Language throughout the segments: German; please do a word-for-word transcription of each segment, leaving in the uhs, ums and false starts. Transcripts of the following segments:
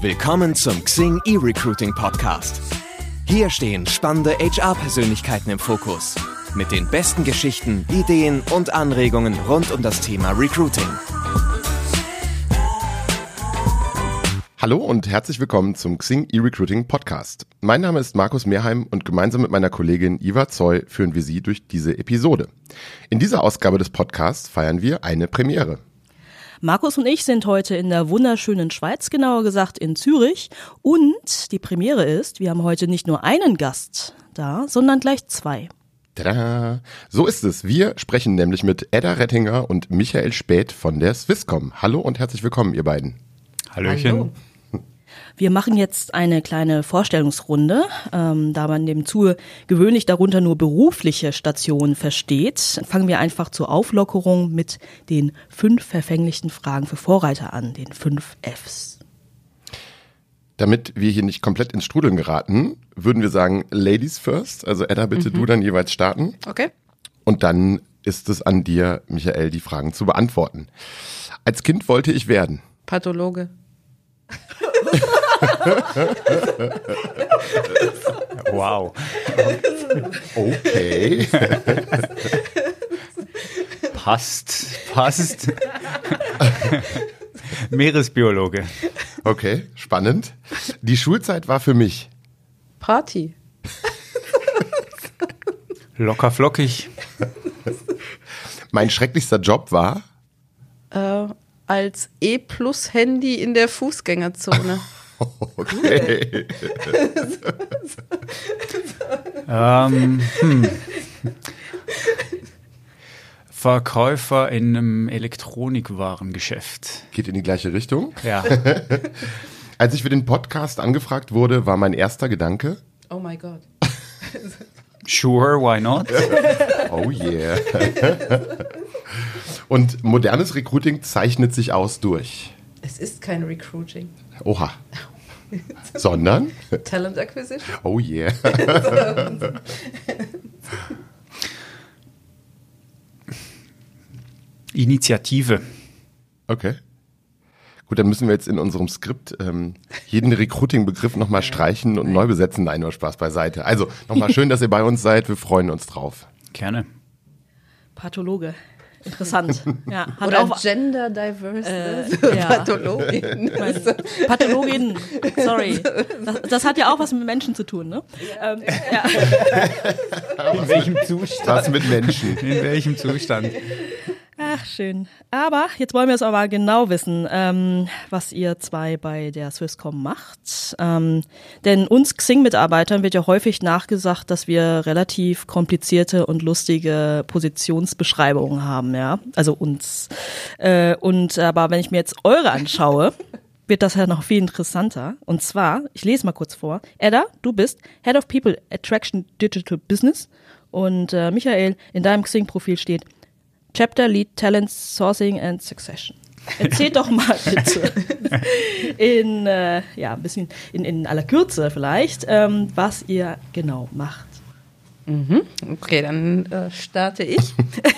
Willkommen zum Xing eRecruiting Podcast. Hier stehen spannende H R-Persönlichkeiten im Fokus. Mit den besten Geschichten, Ideen und Anregungen rund um das Thema Recruiting. Hallo und herzlich willkommen zum Xing eRecruiting Podcast. Mein Name ist Markus Mehrheim und gemeinsam mit meiner Kollegin Iva Zoy führen wir Sie durch diese Episode. In dieser Ausgabe des Podcasts feiern wir eine Premiere. Markus und ich sind heute in der wunderschönen Schweiz, genauer gesagt in Zürich. Und die Premiere ist, wir haben heute nicht nur einen Gast da, sondern gleich zwei. Tada! So ist es. Wir sprechen nämlich mit Edda Rettinger und Michael Späth von der Swisscom. Hallo und herzlich willkommen, ihr beiden. Hallöchen. Hallo. Wir machen jetzt eine kleine Vorstellungsrunde, ähm, da man dem Zuge gewöhnlich darunter nur berufliche Stationen versteht. Fangen wir einfach zur Auflockerung mit den fünf verfänglichen Fragen für Vorreiter an, den fünf Fs. Damit wir hier nicht komplett ins Strudeln geraten, würden wir sagen, Ladies first. Also Edda, bitte mhm. du dann jeweils starten. Okay. Und dann ist es an dir, Michael, die Fragen zu beantworten. Als Kind wollte ich werden. Pathologe. Wow. Okay. Passt, passt. Meeresbiologe. Okay, spannend. Die Schulzeit war für mich. Party. Locker flockig. Mein schrecklichster Job war? Äh, als E-Plus-Handy in der Fußgängerzone. Okay. ähm, hm. Verkäufer in einem Elektronikwarengeschäft. Geht in die gleiche Richtung? Ja. Als ich für den Podcast angefragt wurde, war mein erster Gedanke? Oh my God. Sure, why not? Oh yeah. Und modernes Recruiting zeichnet sich aus durch? Es ist kein Recruiting. Oha. Sondern? Talent Acquisition. Oh yeah. Initiative. Okay. Gut, dann müssen wir jetzt in unserem Skript ähm, jeden Recruiting-Begriff nochmal streichen und neu besetzen. Nein, nur Spaß beiseite. Also, nochmal schön, dass ihr bei uns seid. Wir freuen uns drauf. Gerne. Pathologe. Interessant. Ja, hat Oder auch, Gender Diverse äh, ja. Pathologin. Pathologin, sorry. Das, das hat ja auch was mit Menschen zu tun, ne? Ja. Ähm, ja. In welchem Zustand? Was mit Menschen? In welchem Zustand? Ach, schön. Aber jetzt wollen wir es aber genau wissen, ähm, was ihr zwei bei der Swisscom macht. Ähm, denn uns Xing-Mitarbeitern wird ja häufig nachgesagt, dass wir relativ komplizierte und lustige Positionsbeschreibungen haben, ja. Also uns. Äh, und aber wenn ich mir jetzt eure anschaue, wird das ja noch viel interessanter. Und zwar, ich lese mal kurz vor. Edda, du bist Head of People Attraction Digital Business. Und äh, Michael, in deinem Xing-Profil steht Chapter Lead Talent Sourcing and Succession. Erzählt doch mal bitte in, äh, ja, ein bisschen in, in aller Kürze vielleicht, ähm, was ihr genau macht. Mhm. Okay, dann äh, starte ich.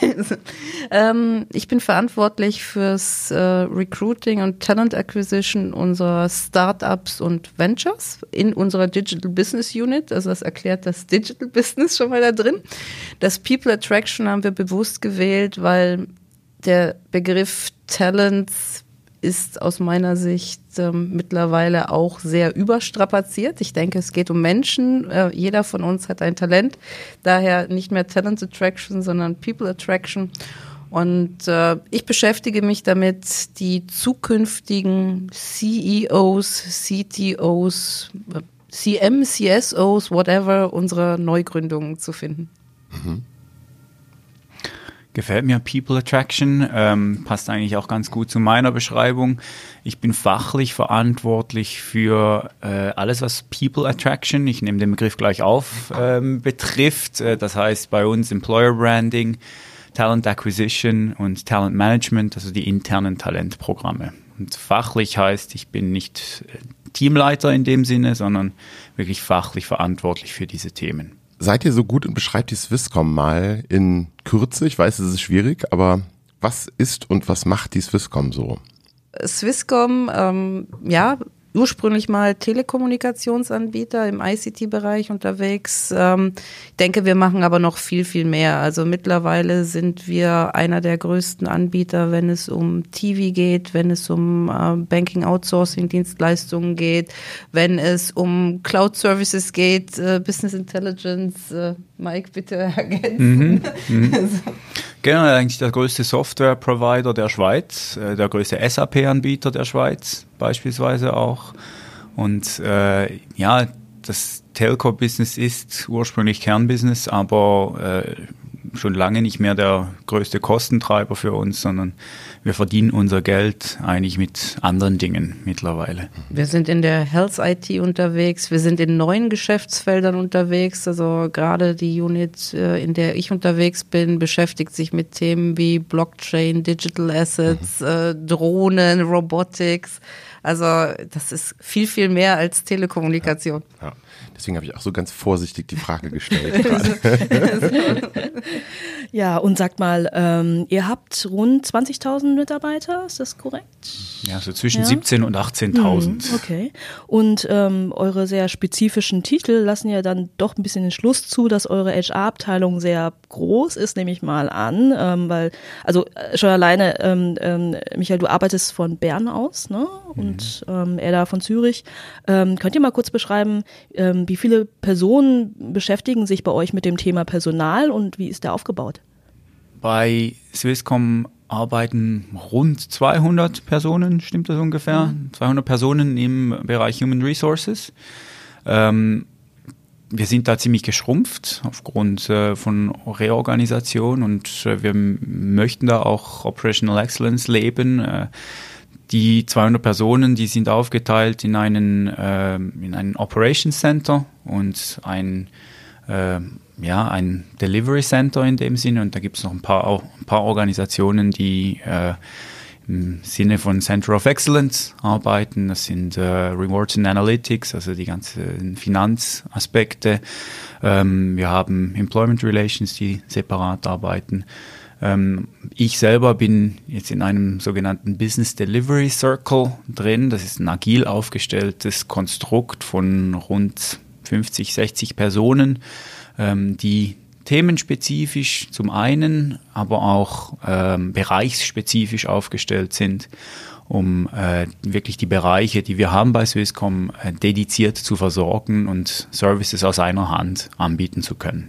ähm, ich bin verantwortlich fürs äh, Recruiting und Talent Acquisition unserer Startups und Ventures in unserer Digital Business Unit. Also das erklärt das Digital Business schon mal da drin. Das People Attraction haben wir bewusst gewählt, weil der Begriff Talents ist aus meiner Sicht ähm, mittlerweile auch sehr überstrapaziert. Ich denke, es geht um Menschen. Äh, jeder von uns hat ein Talent. Daher nicht mehr Talent Attraction, sondern People Attraction. Und äh, ich beschäftige mich damit, die zukünftigen C E Os, C T Os, C M, C S Os, whatever, unserer Neugründungen zu finden. Mhm. Gefällt mir People Attraction, ähm, passt eigentlich auch ganz gut zu meiner Beschreibung. Ich bin fachlich verantwortlich für äh, alles, was People Attraction, ich nehme den Begriff gleich auf, ähm, betrifft. Äh, das heißt bei uns Employer Branding, Talent Acquisition und Talent Management, also die internen Talentprogramme. Und fachlich heißt, ich bin nicht Teamleiter in dem Sinne, sondern wirklich fachlich verantwortlich für diese Themen. Seid ihr so gut und beschreibt die Swisscom mal in Kürze? Ich weiß, es ist schwierig, aber was ist und was macht die Swisscom so? Swisscom, ähm, ja, ursprünglich mal Telekommunikationsanbieter im I C T-Bereich unterwegs. Ähm, ich denke, wir machen aber noch viel, viel mehr. Also mittlerweile sind wir einer der größten Anbieter, wenn es um T V geht, wenn es um äh, Banking-Outsourcing-Dienstleistungen geht, wenn es um Cloud-Services geht, äh, Business Intelligence. Äh, Mike, bitte ergänzen. Mhm, mhm. Also. Genau, eigentlich der größte Software-Provider der Schweiz, äh, der größte S A P-Anbieter der Schweiz beispielsweise auch. Und äh, ja, das Telco-Business ist ursprünglich Kernbusiness, aber äh, schon lange nicht mehr der größte Kostentreiber für uns, sondern wir verdienen unser Geld eigentlich mit anderen Dingen mittlerweile. Wir sind in der Health I T unterwegs, wir sind in neuen Geschäftsfeldern unterwegs, also gerade die Unit, in der ich unterwegs bin, beschäftigt sich mit Themen wie Blockchain, Digital Assets, mhm. äh, Drohnen, Robotics. Also das ist viel, viel mehr als Telekommunikation. Ja, ja. Deswegen habe ich auch so ganz vorsichtig die Frage gestellt gerade. Ja, und sagt mal, ähm, ihr habt rund zwanzigtausend Mitarbeiter, ist das korrekt? Ja, so zwischen ja? siebzehntausend und achtzehntausend. Hm, okay. Und ähm, eure sehr spezifischen Titel lassen ja dann doch ein bisschen den Schluss zu, dass eure H R-Abteilung sehr groß ist, nehme ich mal an, ähm, weil, also schon alleine, ähm, ähm, Michael, du arbeitest von Bern aus, ne? Und mhm. ähm, er da von Zürich. Ähm, könnt ihr mal kurz beschreiben, ähm, wie viele Personen beschäftigen sich bei euch mit dem Thema Personal und wie ist der aufgebaut? Bei Swisscom arbeiten rund zweihundert Personen, stimmt das ungefähr? Mhm. zweihundert Personen im Bereich Human Resources. Ähm, wir sind da ziemlich geschrumpft aufgrund äh, von Reorganisation und äh, wir m- möchten da auch Operational Excellence leben. Äh, Die zweihundert Personen, die sind aufgeteilt in einen, äh, in ein Operations Center und ein, äh, ja, ein Delivery Center in dem Sinne. Und da gibt es noch ein paar, ein paar Organisationen, die äh, im Sinne von Center of Excellence arbeiten. Das sind äh, Rewards and Analytics, also die ganzen Finanzaspekte. Ähm, wir haben Employment Relations, die separat arbeiten. Ich selber bin jetzt in einem sogenannten Business Delivery Circle drin. Das ist ein agil aufgestelltes Konstrukt von rund fünfzig, sechzig Personen, die themenspezifisch zum einen, aber auch ähm, bereichsspezifisch aufgestellt sind, um äh, wirklich die Bereiche, die wir haben bei Swisscom, äh, dediziert zu versorgen und Services aus einer Hand anbieten zu können.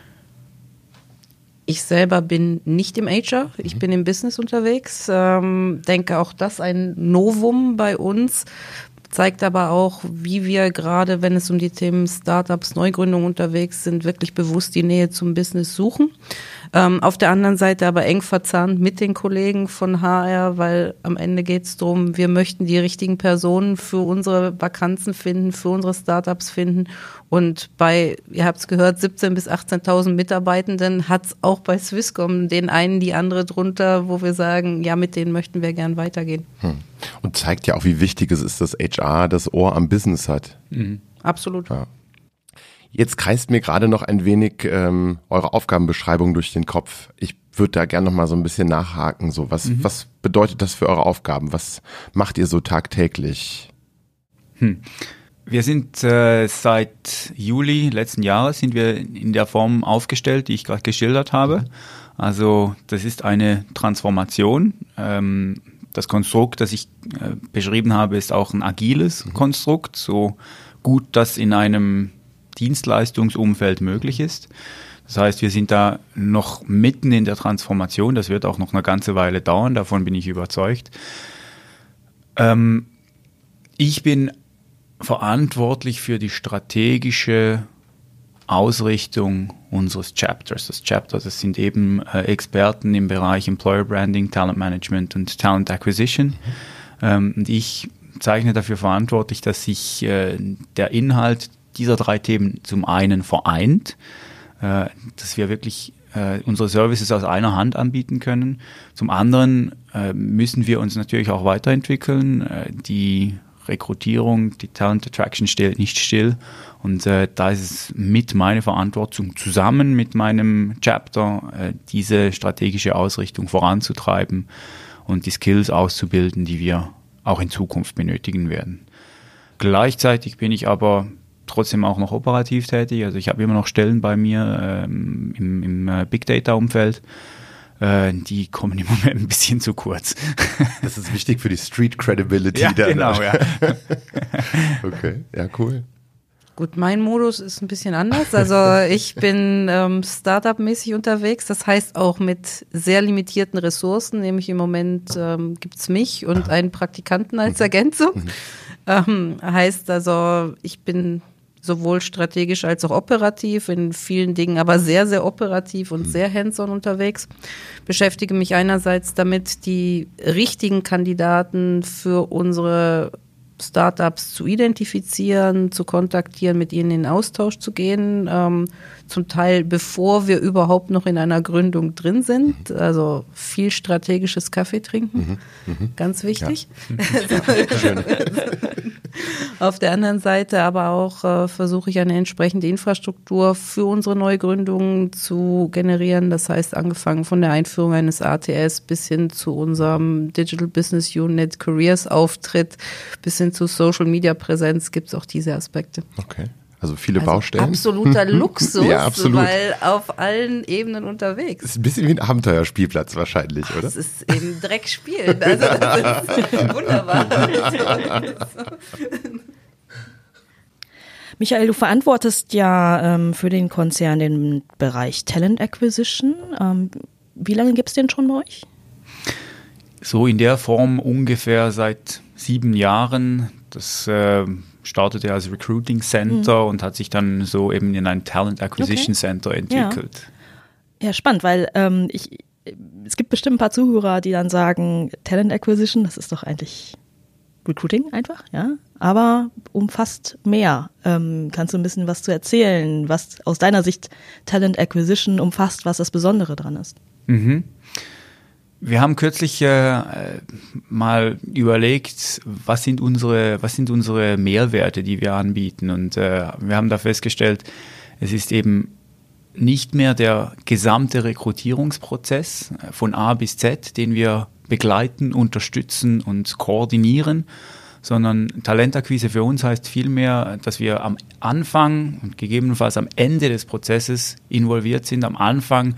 Ich selber bin nicht im H R, ich bin im Business unterwegs, ähm, denke auch das ein Novum bei uns, zeigt aber auch, wie wir gerade, wenn es um die Themen Startups, Neugründung unterwegs sind, wirklich bewusst die Nähe zum Business suchen. Ähm, auf der anderen Seite aber eng verzahnt mit den Kollegen von H R, weil am Ende geht es darum, wir möchten die richtigen Personen für unsere Vakanzen finden, für unsere Startups finden. Und bei, ihr habt es gehört, siebzehntausend bis achtzehntausend Mitarbeitenden hat es auch bei Swisscom den einen, die andere drunter, wo wir sagen, ja, mit denen möchten wir gern weitergehen. Hm. Und zeigt ja auch, wie wichtig es ist, dass H R das Ohr am Business hat. Mhm. Absolut. Ja. Jetzt kreist mir gerade noch ein wenig ähm, eure Aufgabenbeschreibung durch den Kopf. Ich würde da gerne noch mal so ein bisschen nachhaken. So, was, mhm. was bedeutet das für eure Aufgaben? Was macht ihr so tagtäglich? Hm. Wir sind äh, seit Juli letzten Jahres sind wir in der Form aufgestellt, die ich gerade geschildert habe. Also das ist eine Transformation. Ähm, das Konstrukt, das ich äh, beschrieben habe, ist auch ein agiles mhm. Konstrukt, so gut das in einem Dienstleistungsumfeld möglich ist. Das heißt, wir sind da noch mitten in der Transformation. Das wird auch noch eine ganze Weile dauern, davon bin ich überzeugt. Ähm, ich bin verantwortlich für die strategische Ausrichtung unseres Chapters. Das Chapter, das sind eben äh, Experten im Bereich Employer Branding, Talent Management und Talent Acquisition. Mhm. Ähm, und ich zeichne dafür verantwortlich, dass sich äh, der Inhalt dieser drei Themen zum einen vereint, äh, dass wir wirklich äh, unsere Services aus einer Hand anbieten können. Zum anderen äh, müssen wir uns natürlich auch weiterentwickeln. Äh, die Rekrutierung, die Talent Attraction steht nicht still und äh, da ist es mit meiner Verantwortung zusammen mit meinem Chapter äh, diese strategische Ausrichtung voranzutreiben und die Skills auszubilden, die wir auch in Zukunft benötigen werden. Gleichzeitig bin ich aber trotzdem auch noch operativ tätig. Also ich habe immer noch Stellen bei mir ähm, im, im äh, Big Data Umfeld. Äh, die kommen im Moment ein bisschen zu kurz. Das ist wichtig für die Street Credibility. Ja, dann. genau, ja. Okay, ja, cool. Gut, mein Modus ist ein bisschen anders. Also ich bin ähm, Startup-mäßig unterwegs. Das heißt auch mit sehr limitierten Ressourcen. Nämlich im Moment ähm, gibt's mich und einen Praktikanten als Ergänzung. Mhm. Ähm, heißt also, ich bin sowohl strategisch als auch operativ, in vielen Dingen aber sehr, sehr operativ und sehr hands-on unterwegs. Beschäftige mich einerseits damit, die richtigen Kandidaten für unsere Startups zu identifizieren, zu kontaktieren, mit ihnen in Austausch zu gehen, ähm, zum Teil bevor wir überhaupt noch in einer Gründung drin sind, also viel strategisches Kaffee trinken, mhm. Mhm. ganz wichtig. Ja. Schön. Auf der anderen Seite aber auch äh, versuche ich eine entsprechende Infrastruktur für unsere Neugründungen zu generieren, das heißt angefangen von der Einführung eines A T S bis hin zu unserem Digital Business Unit Careers Auftritt, bis hin zu Social Media Präsenz gibt es auch diese Aspekte. Okay. Also viele also Baustellen. Absoluter Luxus, ja, absolut. Weil auf allen Ebenen unterwegs. Das ist ein bisschen wie ein Abenteuerspielplatz wahrscheinlich, oder? Das ist eben Dreckspielen. Also das ist wunderbar. Michael, du verantwortest ja ähm, für den Konzern den Bereich Talent Acquisition. Ähm, wie lange gibt es den schon bei euch? So in der Form ungefähr seit sieben Jahren. Das äh, startete als Recruiting Center mhm. und hat sich dann so eben in ein Talent Acquisition okay. Center entwickelt. Ja, ja spannend, weil ähm, ich, es gibt bestimmt ein paar Zuhörer, die dann sagen, Talent Acquisition, das ist doch eigentlich Recruiting einfach, ja, aber umfasst mehr. Ähm, kannst du ein bisschen was zu erzählen, was aus deiner Sicht Talent Acquisition umfasst, was das Besondere dran ist? Mhm. Wir haben kürzlich äh, mal überlegt, was sind unsere, was sind unsere Mehrwerte, die wir anbieten, und äh, wir haben da festgestellt, es ist eben nicht mehr der gesamte Rekrutierungsprozess von A bis Z, den wir begleiten, unterstützen und koordinieren, sondern Talentakquise für uns heißt vielmehr, dass wir am Anfang und gegebenenfalls am Ende des Prozesses involviert sind, am Anfang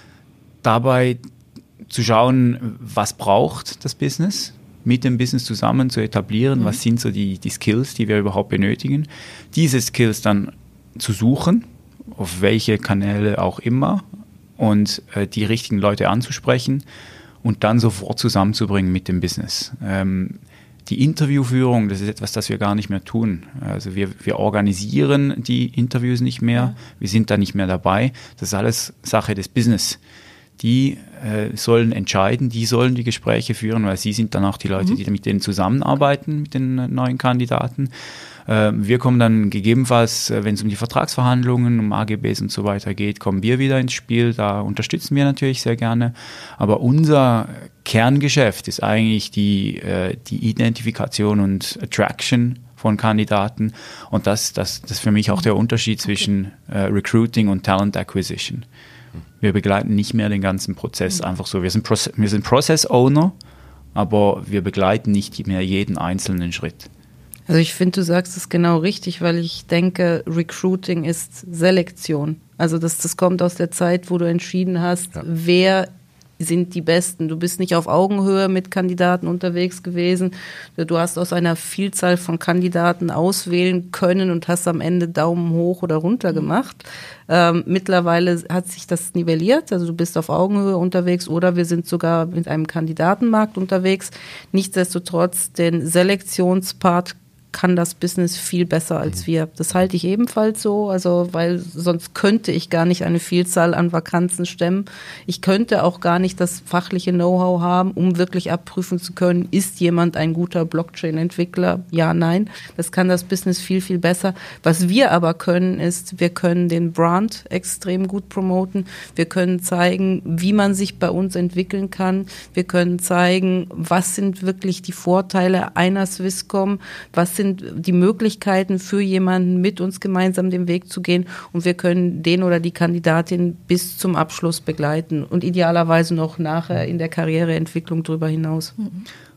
dabei zu schauen, was braucht das Business, mit dem Business zusammen zu etablieren, mhm. was sind so die, die Skills, die wir überhaupt benötigen, diese Skills dann zu suchen, auf welche Kanäle auch immer, und äh, die richtigen Leute anzusprechen und dann sofort zusammenzubringen mit dem Business. Ähm, die Interviewführung, das ist etwas, das wir gar nicht mehr tun. Also wir, wir organisieren die Interviews nicht mehr, ja. wir sind da nicht mehr dabei. Das ist alles Sache des Business. Die äh, sollen entscheiden, die sollen die Gespräche führen, weil sie sind dann auch die Leute, mhm. die mit denen zusammenarbeiten, mit den äh, neuen Kandidaten. Äh, wir kommen dann gegebenenfalls, äh, wenn es um die Vertragsverhandlungen, um A G Bs und so weiter geht, kommen wir wieder ins Spiel. Da unterstützen wir natürlich sehr gerne. Aber unser Kerngeschäft ist eigentlich die, äh, die Identifikation und Attraction von Kandidaten. Und das, das, das ist für mich auch der Unterschied zwischen äh, Recruiting und Talent Acquisition. Wir begleiten nicht mehr den ganzen Prozess mhm. einfach so. Wir sind, Proce- wir sind Process Owner, aber wir begleiten nicht mehr jeden einzelnen Schritt. Also ich finde, du sagst es genau richtig, weil ich denke, Recruiting ist Selektion. Also das, das kommt aus der Zeit, wo du entschieden hast, ja. wer sind die Besten. Du bist nicht auf Augenhöhe mit Kandidaten unterwegs gewesen. Du hast aus einer Vielzahl von Kandidaten auswählen können und hast am Ende Daumen hoch oder runter gemacht. Ähm, mittlerweile hat sich das nivelliert. Also du bist auf Augenhöhe unterwegs oder wir sind sogar mit einem Kandidatenmarkt unterwegs. Nichtsdestotrotz, den Selektionspart kann das Business viel besser als wir. Das halte ich ebenfalls so, also weil sonst könnte ich gar nicht eine Vielzahl an Vakanzen stemmen. Ich könnte auch gar nicht das fachliche Know-how haben, um wirklich abprüfen zu können, ist jemand ein guter Blockchain-Entwickler? Ja, nein. Das kann das Business viel, viel besser. Was wir aber können, ist, wir können den Brand extrem gut promoten. Wir können zeigen, wie man sich bei uns entwickeln kann. Wir können zeigen, was sind wirklich die Vorteile einer Swisscom, was sind die Möglichkeiten für jemanden, mit uns gemeinsam den Weg zu gehen, und wir können den oder die Kandidatin bis zum Abschluss begleiten und idealerweise noch nachher in der Karriereentwicklung darüber hinaus.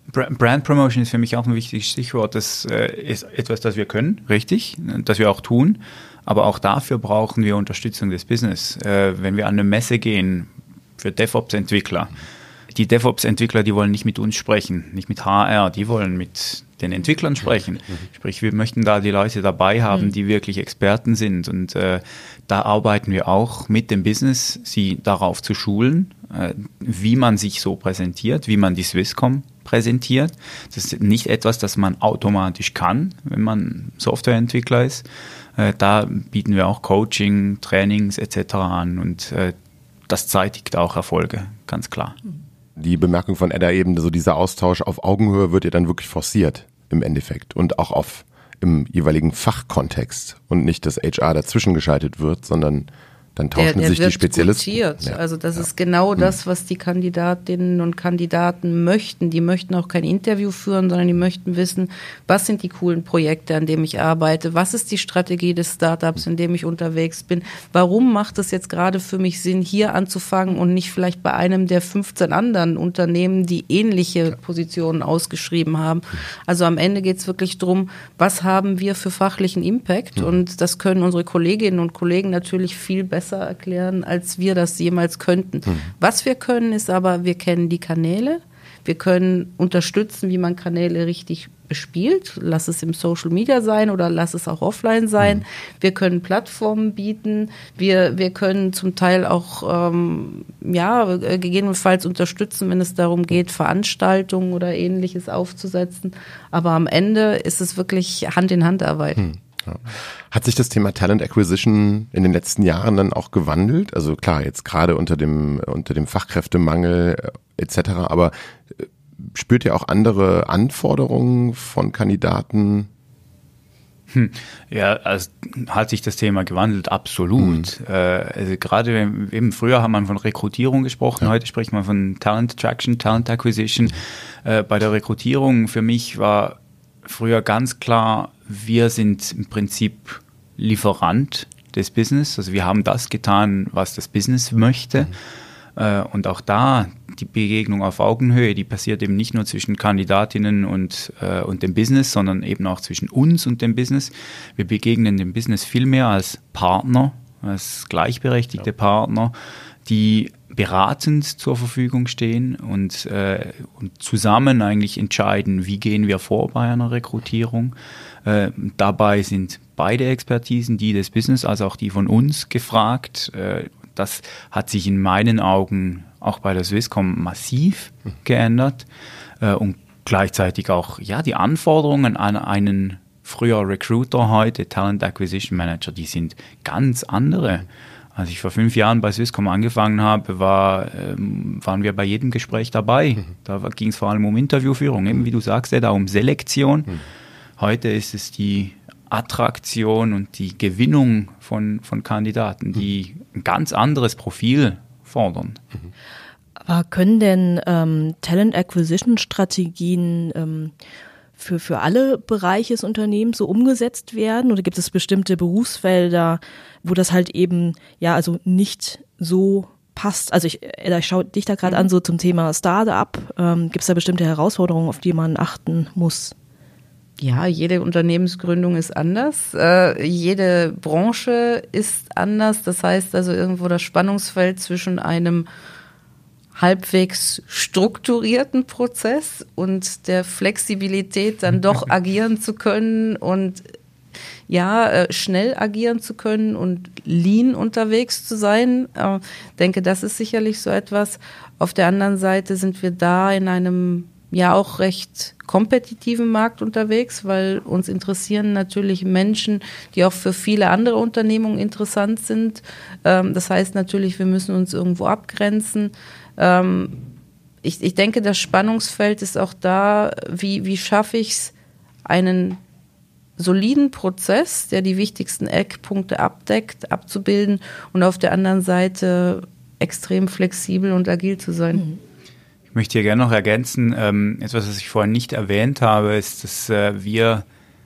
Brand Promotion ist für mich auch ein wichtiges Stichwort. Das äh, ist etwas, das wir können, richtig, das wir auch tun. Aber auch dafür brauchen wir Unterstützung des Business. Äh, wenn wir an eine Messe gehen für DevOps-Entwickler, die DevOps-Entwickler, die wollen nicht mit uns sprechen, nicht mit H R, die wollen mit den Entwicklern sprechen. Sprich, wir möchten da die Leute dabei haben, die wirklich Experten sind. Und äh, da arbeiten wir auch mit dem Business, sie darauf zu schulen, äh, wie man sich so präsentiert, wie man die Swisscom präsentiert. Das ist nicht etwas, das man automatisch kann, wenn man Softwareentwickler ist. Äh, da bieten wir auch Coaching, Trainings et cetera an und äh, das zeitigt auch Erfolge, ganz klar. Die Bemerkung von Edda eben, so dieser Austausch auf Augenhöhe wird ja dann wirklich forciert im Endeffekt und auch auf im jeweiligen Fachkontext und nicht, dass H R dazwischen geschaltet wird, sondern dann tauschen der, der sich wird die Spezialisten. Ja. Also das ja. ist genau hm. das, was die Kandidatinnen und Kandidaten möchten. Die möchten auch kein Interview führen, sondern die möchten wissen, was sind die coolen Projekte, an denen ich arbeite, was ist die Strategie des Startups, in dem ich unterwegs bin, warum macht es jetzt gerade für mich Sinn, hier anzufangen und nicht vielleicht bei einem der fünfzehn anderen Unternehmen, die ähnliche ja. Positionen ausgeschrieben haben. Also am Ende geht es wirklich darum, was haben wir für fachlichen Impact, ja. und das können unsere Kolleginnen und Kollegen natürlich viel besser erklären, als wir das jemals könnten. Mhm. Was wir können, ist aber, wir kennen die Kanäle, wir können unterstützen, wie man Kanäle richtig bespielt, lass es im Social Media sein oder lass es auch offline sein. Mhm. Wir können Plattformen bieten, wir, wir können zum Teil auch ähm, ja, gegebenenfalls unterstützen, wenn es darum geht, Veranstaltungen oder Ähnliches aufzusetzen. Aber am Ende ist es wirklich Hand-in-Hand-Arbeit. Mhm. Ja. Hat sich das Thema Talent Acquisition in den letzten Jahren dann auch gewandelt? Also klar, jetzt gerade unter dem unter dem Fachkräftemangel et cetera. Aber spürt ihr auch andere Anforderungen von Kandidaten? Hm. Ja, also hat sich das Thema gewandelt, absolut. Mhm. Äh, also gerade eben früher hat man von Rekrutierung gesprochen, ja. Heute spricht man von Talent Attraction, Talent Acquisition. Äh, bei der Rekrutierung für mich war früher ganz klar, wir sind im Prinzip Lieferant des Business. Also wir haben das getan, was das Business möchte. Mhm. Äh, und auch da die Begegnung auf Augenhöhe, die passiert eben nicht nur zwischen Kandidatinnen und, äh, und dem Business, sondern eben auch zwischen uns und dem Business. Wir begegnen dem Business viel mehr als Partner, als gleichberechtigte ja. Partner, die beratend zur Verfügung stehen und, äh, und zusammen eigentlich entscheiden, wie gehen wir vor bei einer Rekrutierung. Äh, dabei sind beide Expertisen, die des Business als auch die von uns, gefragt. Äh, das hat sich in meinen Augen auch bei der Swisscom massiv geändert äh, und gleichzeitig auch ja, die Anforderungen an einen früher Recruiter, heute Talent Acquisition Manager, die sind ganz andere. Als ich vor fünf Jahren bei Swisscom angefangen habe, war, ähm, waren wir bei jedem Gespräch dabei. Mhm. Da ging es vor allem um Interviewführung, eben wie du sagst, da um Selektion. Mhm. Heute ist es die Attraktion und die Gewinnung von, von Kandidaten, die ein ganz anderes Profil fordern. Mhm. Aber können denn ähm, Talent Acquisition Strategien ähm, für, für alle Bereiche des Unternehmens so umgesetzt werden? Oder gibt es bestimmte Berufsfelder, wo das halt eben, ja, also nicht so passt? Also ich, ich schaue dich da gerade an, so zum Thema Start-up. Ähm, gibt es da bestimmte Herausforderungen, auf die man achten muss? Ja, jede Unternehmensgründung ist anders. Äh, jede Branche ist anders. Das heißt also irgendwo das Spannungsfeld zwischen einem halbwegs strukturierten Prozess und der Flexibilität, dann doch agieren zu können und ja, äh, schnell agieren zu können und lean unterwegs zu sein. Ich äh, denke, das ist sicherlich so etwas. Auf der anderen Seite sind wir da in einem ja auch recht kompetitiven Markt unterwegs, weil uns interessieren natürlich Menschen, die auch für viele andere Unternehmungen interessant sind. Ähm, das heißt natürlich, wir müssen uns irgendwo abgrenzen. Ähm, ich, ich denke, das Spannungsfeld ist auch da, wie, wie schaffe ich es, einen soliden Prozess, der die wichtigsten Eckpunkte abdeckt, abzubilden und auf der anderen Seite extrem flexibel und agil zu sein. Mhm. Ich möchte hier gerne noch ergänzen, ähm, etwas, was ich vorhin nicht erwähnt habe, ist, dass äh, wir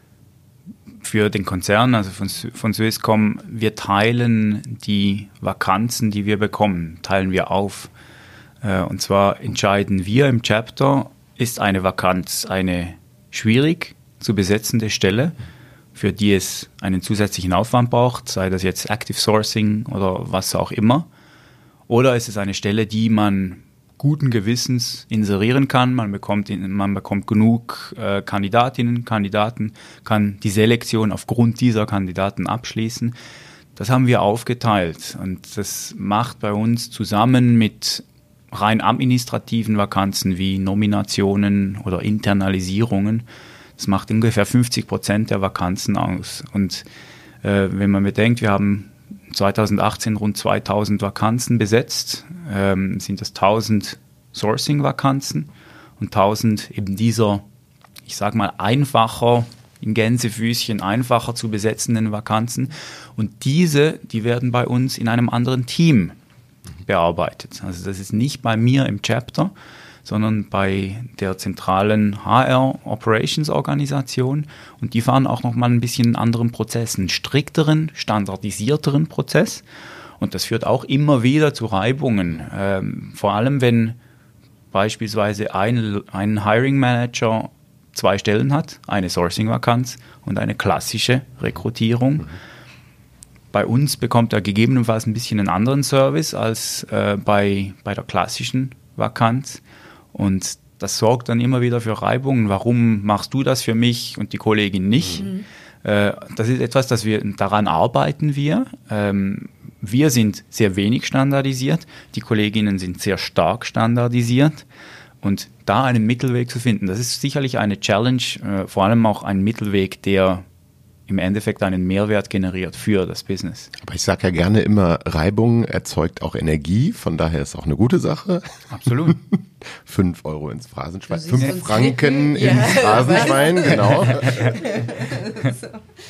für den Konzern, also von, von Swisscom, wir teilen die Vakanzen, die wir bekommen, teilen wir auf. Äh, und zwar entscheiden wir im Chapter, ist eine Vakanz eine schwierig zu besetzende Stelle, für die es einen zusätzlichen Aufwand braucht, sei das jetzt Active Sourcing oder was auch immer. Oder ist es eine Stelle, die man guten Gewissens inserieren kann, man bekommt, in, man bekommt genug äh, Kandidatinnen, Kandidaten, kann die Selektion aufgrund dieser Kandidaten abschließen. Das haben wir aufgeteilt und das macht bei uns zusammen mit rein administrativen Vakanzen wie Nominationen oder Internalisierungen, das macht ungefähr fünfzig Prozent der Vakanzen aus. Und äh, wenn man bedenkt, wir haben zweitausendachtzehn rund zweitausend Vakanzen besetzt, ähm, sind das tausend Sourcing-Vakanzen und tausend eben dieser, ich sag mal, einfacher, in Gänsefüßchen einfacher zu besetzenden Vakanzen. Und diese, die werden bei uns in einem anderen Team bearbeitet. Also das ist nicht bei mir im Chapter, sondern bei der zentralen H R-Operations-Organisation. Und die fahren auch nochmal ein bisschen einen anderen Prozess, einen strikteren, standardisierteren Prozess. Und das führt auch immer wieder zu Reibungen. Ähm, vor allem, wenn beispielsweise ein, ein Hiring Manager zwei Stellen hat, eine Sourcing-Vakanz und eine klassische Rekrutierung. Mhm. Bei uns bekommt er gegebenenfalls ein bisschen einen anderen Service als äh, bei, bei der klassischen Vakanz. Und das sorgt dann immer wieder für Reibungen. Warum machst du das für mich und die Kollegin nicht? Mhm. Äh, das ist etwas, das wir, daran arbeiten wir. Ähm, wir sind sehr wenig standardisiert. Die Kolleginnen sind sehr stark standardisiert. Und da einen Mittelweg zu finden, das ist sicherlich eine Challenge, äh, vor allem auch ein Mittelweg, der im Endeffekt einen Mehrwert generiert für das Business. Aber ich sage ja gerne immer, Reibung erzeugt auch Energie, von daher ist auch eine gute Sache. Absolut. Fünf Euro ins Phrasenschwein, fünf Franken ja. ins Phrasenschwein, genau. So.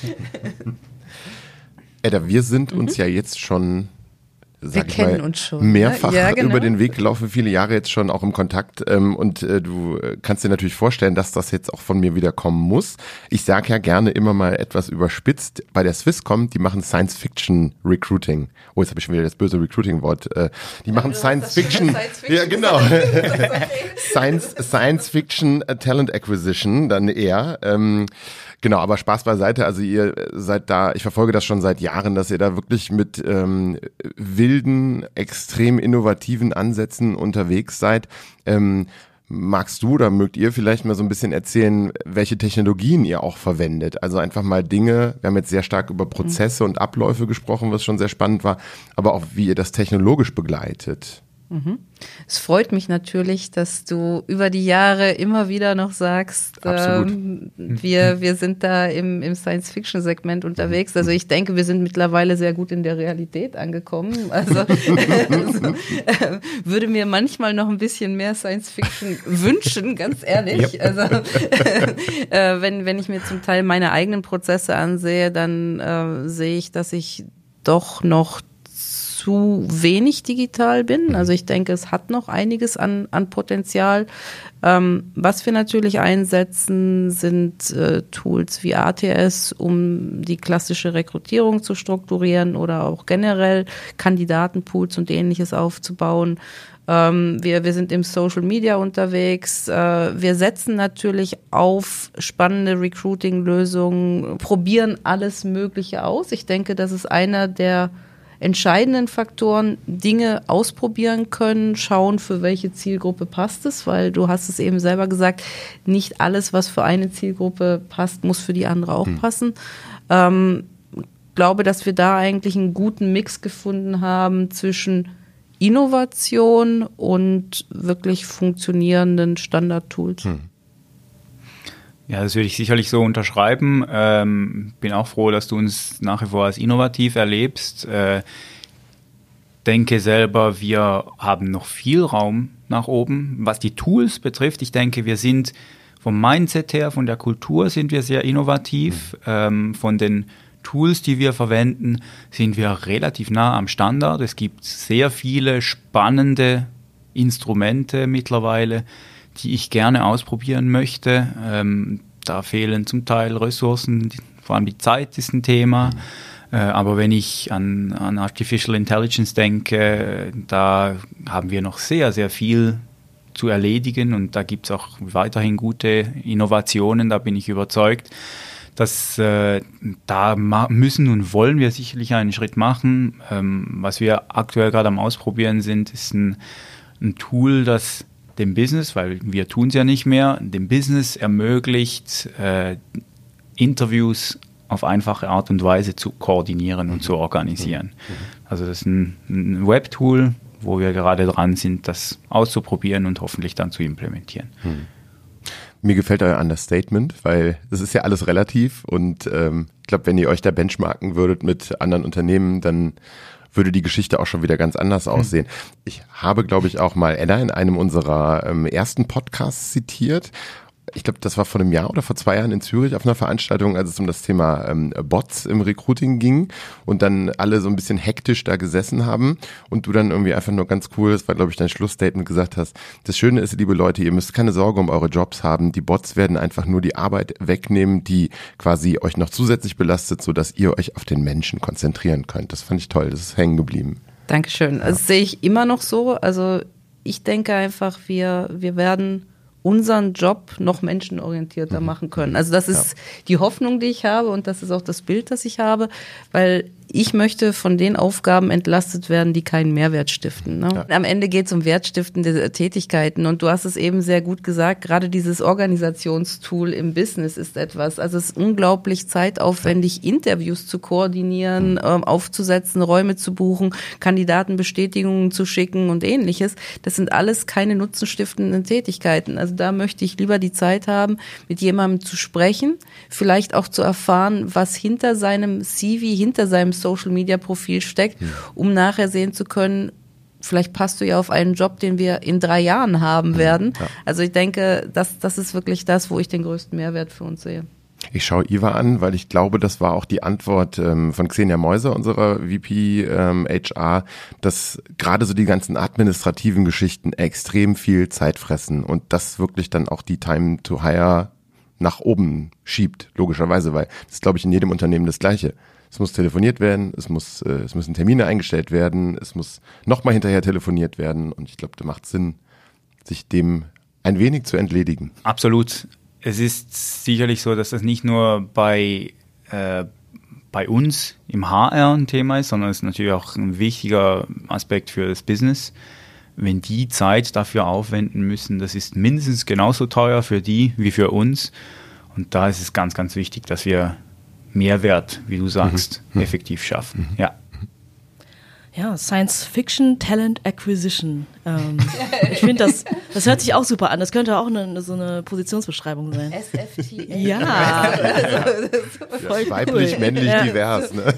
Edda, wir sind uns mhm. ja jetzt schon... Wir kennen mal, uns schon. Mehrfach ja, genau. über den Weg gelaufen, viele Jahre jetzt schon auch im Kontakt. Ähm, und äh, du kannst dir natürlich vorstellen, dass das jetzt auch von mir wieder kommen muss. Ich sage ja gerne immer mal etwas überspitzt. Bei der Swisscom, die machen Science-Fiction-Recruiting. Oh, jetzt habe ich schon wieder das böse Recruiting-Wort. Äh, die ja, machen Science-Fiction. Science ja, genau. Okay. Science, Science-Fiction Talent Acquisition, dann eher. Ähm, Genau, aber Spaß beiseite, also ihr seid da, ich verfolge das schon seit Jahren, dass ihr da wirklich mit ähm, wilden, extrem innovativen Ansätzen unterwegs seid. Ähm, magst du oder mögt ihr vielleicht mal so ein bisschen erzählen, welche Technologien ihr auch verwendet? Also einfach mal Dinge, wir haben jetzt sehr stark über Prozesse und Abläufe gesprochen, was schon sehr spannend war, aber auch wie ihr das technologisch begleitet. Mhm. Es freut mich natürlich, dass du über die Jahre immer wieder noch sagst, ähm, wir, wir sind da im, im Science-Fiction-Segment unterwegs. Also ich denke, wir sind mittlerweile sehr gut in der Realität angekommen. Also, also äh, würde mir manchmal noch ein bisschen mehr Science-Fiction wünschen, ganz ehrlich. Yep. Also äh, wenn, wenn ich mir zum Teil meine eigenen Prozesse ansehe, dann äh, sehe ich, dass ich doch noch zu wenig digital bin. Also ich denke, es hat noch einiges an, an Potenzial. Ähm, was wir natürlich einsetzen, sind äh, Tools wie A T S, um die klassische Rekrutierung zu strukturieren oder auch generell Kandidatenpools und Ähnliches aufzubauen. Ähm, wir, wir sind im Social Media unterwegs. Äh, wir setzen natürlich auf spannende Recruiting-Lösungen, probieren alles Mögliche aus. Ich denke, das ist einer der entscheidenden Faktoren, Dinge ausprobieren können, schauen, für welche Zielgruppe passt es, weil du hast es eben selber gesagt, nicht alles, was für eine Zielgruppe passt, muss für die andere auch hm. passen. Ähm, glaube, dass wir da eigentlich einen guten Mix gefunden haben zwischen Innovation und wirklich funktionierenden Standardtools. Hm. Ja, das würde ich sicherlich so unterschreiben. Ähm, bin auch froh, dass du uns nach wie vor als innovativ erlebst. Äh, denke selber, wir haben noch viel Raum nach oben. Was die Tools betrifft, ich denke, wir sind vom Mindset her, von der Kultur sind wir sehr innovativ. Mhm. Ähm, von den Tools, die wir verwenden, sind wir relativ nah am Standard. Es gibt sehr viele spannende Instrumente mittlerweile, die ich gerne ausprobieren möchte. Ähm, da fehlen zum Teil Ressourcen, vor allem die Zeit ist ein Thema. Mhm. Äh, aber wenn ich an, an Artificial Intelligence denke, da haben wir noch sehr, sehr viel zu erledigen und da gibt es auch weiterhin gute Innovationen, da bin ich überzeugt. Das, äh, da ma- müssen und wollen wir sicherlich einen Schritt machen. Ähm, was wir aktuell gerade am Ausprobieren sind, ist ein, ein Tool, das dem Business, weil wir tun es ja nicht mehr, dem Business ermöglicht, äh, Interviews auf einfache Art und Weise zu koordinieren und mhm. zu organisieren. Mhm. Also das ist ein, ein Web-Tool, wo wir gerade dran sind, das auszuprobieren und hoffentlich dann zu implementieren. Mhm. Mir gefällt euer Understatement, weil das ist ja alles relativ und ähm, ich glaube, wenn ihr euch da benchmarken würdet mit anderen Unternehmen, dann würde die Geschichte auch schon wieder ganz anders aussehen. Ich habe, glaube ich, auch mal Edda in einem unserer ähm, ersten Podcasts zitiert. Ich glaube, das war vor einem Jahr oder vor zwei Jahren in Zürich auf einer Veranstaltung, als es um das Thema ähm, Bots im Recruiting ging und dann alle so ein bisschen hektisch da gesessen haben und du dann irgendwie einfach nur ganz cool, das war glaube ich dein Schlussstatement, gesagt hast, das Schöne ist, liebe Leute, ihr müsst keine Sorge um eure Jobs haben, die Bots werden einfach nur die Arbeit wegnehmen, die quasi euch noch zusätzlich belastet, sodass ihr euch auf den Menschen konzentrieren könnt. Das fand ich toll, das ist hängen geblieben. Dankeschön. Ja. Das sehe ich immer noch so, also ich denke einfach, wir, wir werden unseren Job noch menschenorientierter mhm. machen können. Also das ist ja. die Hoffnung, die ich habe und das ist auch das Bild, das ich habe, weil ich möchte von den Aufgaben entlastet werden, die keinen Mehrwert stiften. Ne? Ja. Am Ende geht es um wertstiftende Tätigkeiten und du hast es eben sehr gut gesagt, gerade dieses Organisationstool im Business ist etwas, also es ist unglaublich zeitaufwendig, Interviews zu koordinieren, mhm. ähm, aufzusetzen, Räume zu buchen, Kandidatenbestätigungen zu schicken und ähnliches. Das sind alles keine nutzenstiftenden Tätigkeiten. Also da möchte ich lieber die Zeit haben, mit jemandem zu sprechen, vielleicht auch zu erfahren, was hinter seinem C V, hinter seinem Social-Media-Profil steckt, um nachher sehen zu können, vielleicht passt du ja auf einen Job, den wir in drei Jahren haben werden. Ja. Also ich denke, das, das ist wirklich das, wo ich den größten Mehrwert für uns sehe. Ich schaue Iva an, weil ich glaube, das war auch die Antwort ähm, von Xenia Meuser, unserer V P ähm, H R, dass gerade so die ganzen administrativen Geschichten extrem viel Zeit fressen und das wirklich dann auch die Time to Hire nach oben schiebt, logischerweise, weil das ist, glaube ich, in jedem Unternehmen das Gleiche. Es muss telefoniert werden, es muss, äh, es müssen Termine eingestellt werden, es muss nochmal hinterher telefoniert werden und ich glaube, da macht Sinn, sich dem ein wenig zu entledigen. Absolut. Es ist sicherlich so, dass das nicht nur bei, äh, bei uns im H R ein Thema ist, sondern es ist natürlich auch ein wichtiger Aspekt für das Business. Wenn die Zeit dafür aufwenden müssen, das ist mindestens genauso teuer für die wie für uns. Und da ist es ganz, ganz wichtig, dass wir Mehrwert, wie du sagst, mhm. effektiv schaffen. Mhm. Ja. Ja, Science Fiction Talent Acquisition. Ähm, ich finde, das, das hört sich auch super an. Das könnte auch eine, so eine Positionsbeschreibung sein. S F T. Ja. Voll ja, weiblich, cool. männlich, ja. divers. Ne?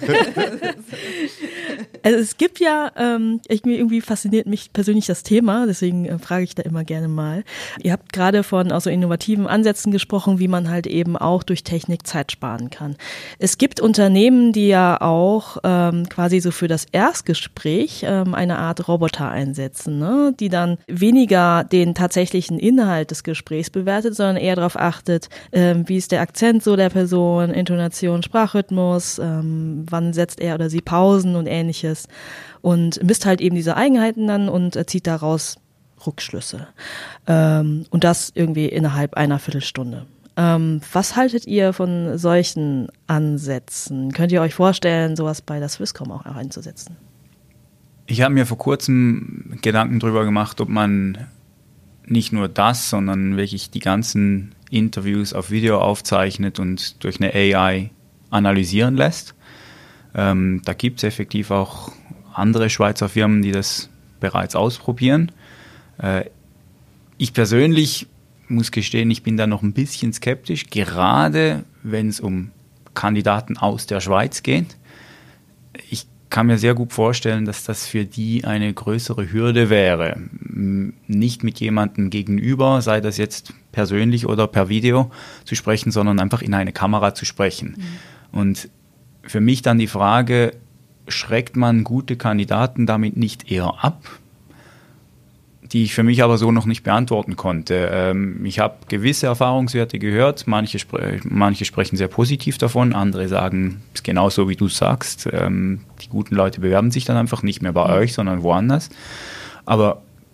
Also es gibt ja, ähm, irgendwie fasziniert mich persönlich das Thema, deswegen äh, frage ich da immer gerne mal. Ihr habt gerade von auch so innovativen Ansätzen gesprochen, wie man halt eben auch durch Technik Zeit sparen kann. Es gibt Unternehmen, die ja auch ähm, quasi so für das Erstgespräch ähm, eine Art Roboter einsetzen, ne? Die dann weniger den tatsächlichen Inhalt des Gesprächs bewertet, sondern eher darauf achtet, ähm, wie ist der Akzent so der Person, Intonation, Sprachrhythmus, ähm, wann setzt er oder sie Pausen und ähnliches. Und misst halt eben diese Eigenheiten dann und zieht daraus Rückschlüsse. Ähm, und das irgendwie innerhalb einer Viertelstunde. Ähm, was haltet ihr von solchen Ansätzen? Könnt ihr euch vorstellen, sowas bei der Swisscom auch einzusetzen? Ich habe mir vor kurzem Gedanken darüber gemacht, ob man nicht nur das, sondern wirklich die ganzen Interviews auf Video aufzeichnet und durch eine A I analysieren lässt. Ähm, da gibt es effektiv auch andere Schweizer Firmen, die das bereits ausprobieren. Äh, ich persönlich muss gestehen, ich bin da noch ein bisschen skeptisch, gerade wenn es um Kandidaten aus der Schweiz geht. Ich kann mir sehr gut vorstellen, dass das für die eine größere Hürde wäre, nicht mit jemandem gegenüber, sei das jetzt persönlich oder per Video zu sprechen, sondern einfach in eine Kamera zu sprechen. Mhm. Und für mich dann die Frage, schreckt man gute Kandidaten damit nicht eher ab? Die ich für mich aber so noch nicht beantworten konnte. Ähm, ich habe gewisse Erfahrungswerte gehört, manche, spre- manche sprechen sehr positiv davon, andere sagen, es ist genauso wie du sagst, ähm, die guten Leute bewerben sich dann einfach nicht mehr bei mhm. euch, sondern woanders. Aber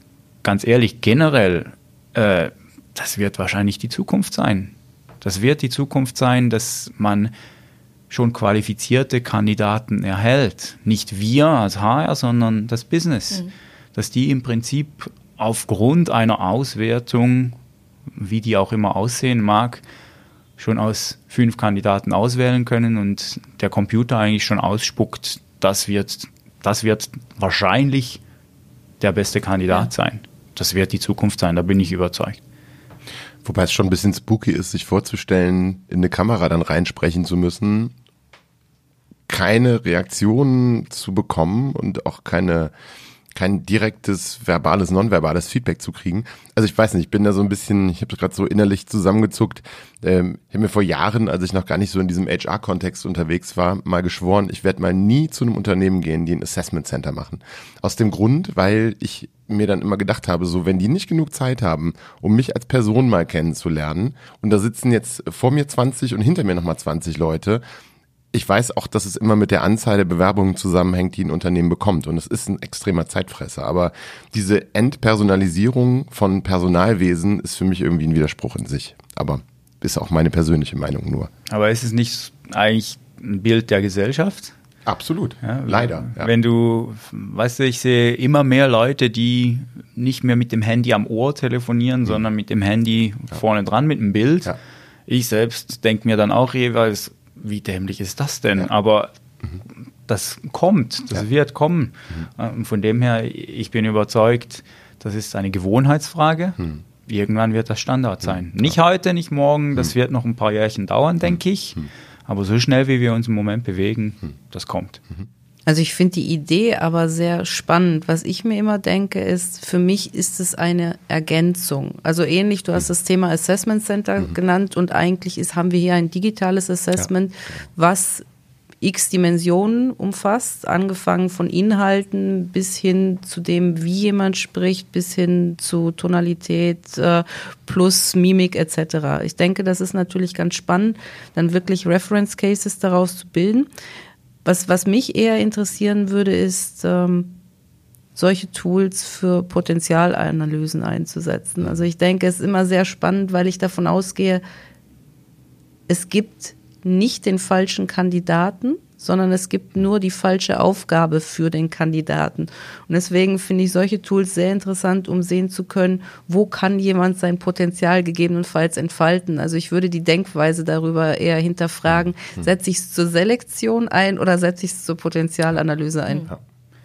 ganz ehrlich, generell, äh, das wird wahrscheinlich die Zukunft sein. Das wird die Zukunft sein, dass man schon qualifizierte Kandidaten erhält. Nicht wir als H R, sondern das Business. Mhm. Dass die im Prinzip aufgrund einer Auswertung, wie die auch immer aussehen mag, schon aus fünf Kandidaten auswählen können und der Computer eigentlich schon ausspuckt, das wird, das wird wahrscheinlich der beste Kandidat ja. sein. Das wird die Zukunft sein, da bin ich überzeugt. Wobei es schon ein bisschen spooky ist, sich vorzustellen, in eine Kamera dann reinsprechen zu müssen, keine Reaktionen zu bekommen und auch keine kein direktes verbales, nonverbales Feedback zu kriegen. Also ich weiß nicht, ich bin da so ein bisschen, ich habe gerade so innerlich zusammengezuckt. Ähm, ich habe mir vor Jahren, als ich noch gar nicht so in diesem H R-Kontext unterwegs war, mal geschworen, ich werde mal nie zu einem Unternehmen gehen, die ein Assessment Center machen. Aus dem Grund, weil ich mir dann immer gedacht habe, so wenn die nicht genug Zeit haben, um mich als Person mal kennenzulernen und da sitzen jetzt vor mir zwanzig und hinter mir nochmal zwanzig Leute, ich weiß auch, dass es immer mit der Anzahl der Bewerbungen zusammenhängt, die ein Unternehmen bekommt. Und es ist ein extremer Zeitfresser. Aber diese Entpersonalisierung von Personalwesen ist für mich irgendwie ein Widerspruch in sich. Aber ist auch meine persönliche Meinung nur. Aber ist es nicht eigentlich ein Bild der Gesellschaft? Absolut, ja, leider. Ja. Wenn du, weißt du, ich sehe immer mehr Leute, die nicht mehr mit dem Handy am Ohr telefonieren, mhm. sondern mit dem Handy ja. vorne dran, mit einem Bild. Ja. Ich selbst denke mir dann auch jeweils, wie dämlich ist das denn? Ja. Aber mhm. das kommt, das ja. wird kommen. Mhm. Und von dem her, ich bin überzeugt, das ist eine Gewohnheitsfrage. Mhm. Irgendwann wird das Standard sein. Mhm. Nicht heute, nicht morgen, das mhm. wird noch ein paar Jährchen dauern, denke ich. Mhm. Aber so schnell, wie wir uns im Moment bewegen, mhm. das kommt. Mhm. Also ich finde die Idee aber sehr spannend. Was ich mir immer denke, ist, für mich ist es eine Ergänzung. Also ähnlich, du hast das Thema Assessment Center mhm. genannt und eigentlich ist, haben wir hier ein digitales Assessment, ja. was x Dimensionen umfasst, angefangen von Inhalten bis hin zu dem, wie jemand spricht, bis hin zu Tonalität äh, plus Mimik et cetera. Ich denke, das ist natürlich ganz spannend, dann wirklich Reference Cases daraus zu bilden. Was, was mich eher interessieren würde, ist, ähm, solche Tools für Potenzialanalysen einzusetzen. Also ich denke, es ist immer sehr spannend, weil ich davon ausgehe, es gibt nicht den falschen Kandidaten, sondern es gibt nur die falsche Aufgabe für den Kandidaten. Und deswegen finde ich solche Tools sehr interessant, um sehen zu können, wo kann jemand sein Potenzial gegebenenfalls entfalten. Also ich würde die Denkweise darüber eher hinterfragen, mhm. setze ich es zur Selektion ein oder setze ich es zur Potenzialanalyse ein? Ja.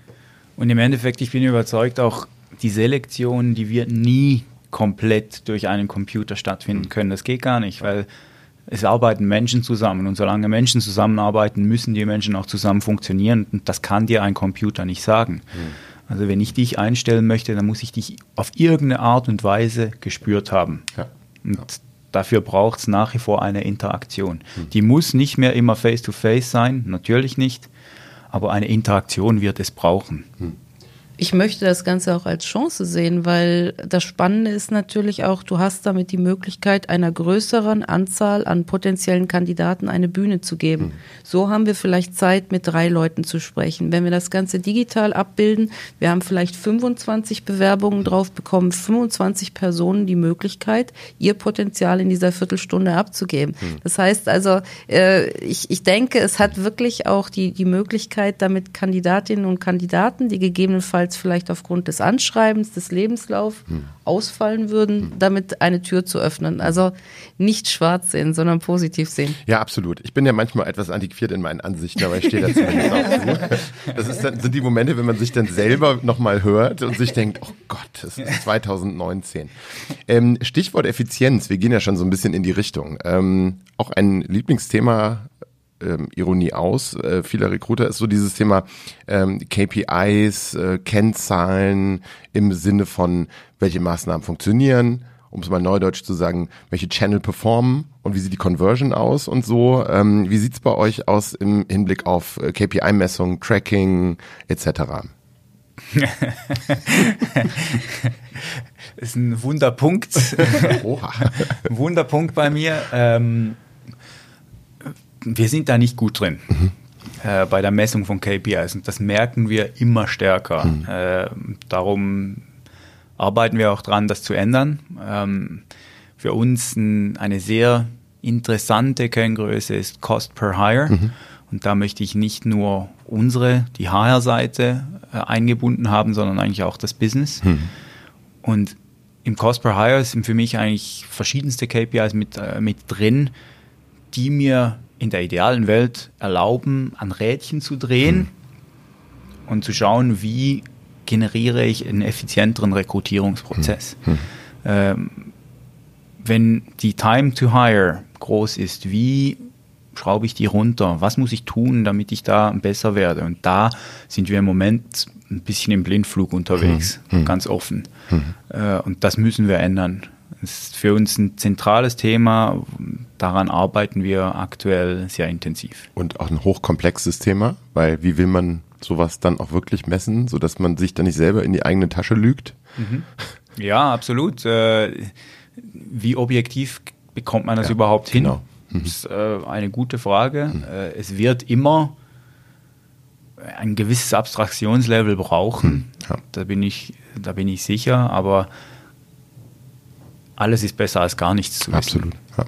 Und im Endeffekt, ich bin überzeugt, auch die Selektion, die wird nie komplett durch einen Computer stattfinden können. Das geht gar nicht, weil es arbeiten Menschen zusammen und solange Menschen zusammenarbeiten, müssen die Menschen auch zusammen funktionieren und das kann dir ein Computer nicht sagen. Mhm. Also wenn ich dich einstellen möchte, dann muss ich dich auf irgendeine Art und Weise gespürt haben. Ja. Und ja. dafür braucht es nach wie vor eine Interaktion. Mhm. Die muss nicht mehr immer face-to-face sein, natürlich nicht, aber eine Interaktion wird es brauchen. Mhm. Ich möchte das Ganze auch als Chance sehen, weil das Spannende ist natürlich auch, du hast damit die Möglichkeit, einer größeren Anzahl an potenziellen Kandidaten eine Bühne zu geben. Mhm. So haben wir vielleicht Zeit, mit drei Leuten zu sprechen. Wenn wir das Ganze digital abbilden, wir haben vielleicht fünfundzwanzig Bewerbungen drauf, bekommen fünfundzwanzig Personen die Möglichkeit, ihr Potenzial in dieser Viertelstunde abzugeben. Mhm. Das heißt also, äh, ich, ich denke, es hat wirklich auch die, die Möglichkeit, damit Kandidatinnen und Kandidaten, die gegebenenfalls vielleicht aufgrund des Anschreibens, des Lebenslaufs hm. ausfallen würden, hm. damit eine Tür zu öffnen. Also nicht schwarz sehen, sondern positiv sehen. Ja, absolut. Ich bin ja manchmal etwas antiquiert in meinen Ansichten, aber ich stehe da zumindest auch zu. Das ist dann, sind die Momente, wenn man sich dann selber nochmal hört und sich denkt, oh Gott, das ist zwanzig neunzehn. Ähm, Stichwort Effizienz, wir gehen ja schon so ein bisschen in die Richtung. Ähm, auch ein Lieblingsthema, Ähm, Ironie aus, äh, vieler Recruiter ist so dieses Thema ähm, K P Is, äh, Kennzahlen im Sinne von, welche Maßnahmen funktionieren, um es mal neudeutsch zu sagen, welche Channel performen und wie sieht die Conversion aus und so. Ähm, wie sieht's bei euch aus im Hinblick auf äh, K P I-Messung, Tracking et cetera? Ist ein Wunderpunkt. Oha. Ein Wunderpunkt bei mir. Ähm, Wir sind da nicht gut drin mhm. äh, bei der Messung von K P Is und das merken wir immer stärker. Mhm. Äh, darum arbeiten wir auch dran, das zu ändern. Ähm, für uns ein, eine sehr interessante Kenngröße ist Cost per Hire. Mhm. Und da möchte ich nicht nur unsere, die H R-Seite äh, eingebunden haben, sondern eigentlich auch das Business. Mhm. Und im Cost per Hire sind für mich eigentlich verschiedenste K P Is mit, äh, mit drin, die mir in der idealen Welt erlauben, an Rädchen zu drehen mhm. und zu schauen, wie generiere ich einen effizienteren Rekrutierungsprozess. Mhm. Ähm, wenn die Time to Hire groß ist, wie schraube ich die runter? Was muss ich tun, damit ich da besser werde? Und da sind wir im Moment ein bisschen im Blindflug unterwegs, mhm. ganz offen. Mhm. Äh, und das müssen wir ändern. Das ist für uns ein zentrales Thema. Daran arbeiten wir aktuell sehr intensiv. Und auch ein hochkomplexes Thema, weil wie will man sowas dann auch wirklich messen, sodass man sich dann nicht selber in die eigene Tasche lügt? Mhm. Ja, absolut. Äh, wie objektiv bekommt man das ja, überhaupt hin? Genau. Mhm. Das ist äh, eine gute Frage. Mhm. Äh, es wird immer ein gewisses Abstraktionslevel brauchen. Mhm. Ja. Da bin ich, da bin ich sicher, aber alles ist besser als gar nichts zu wissen. Absolut. Ja.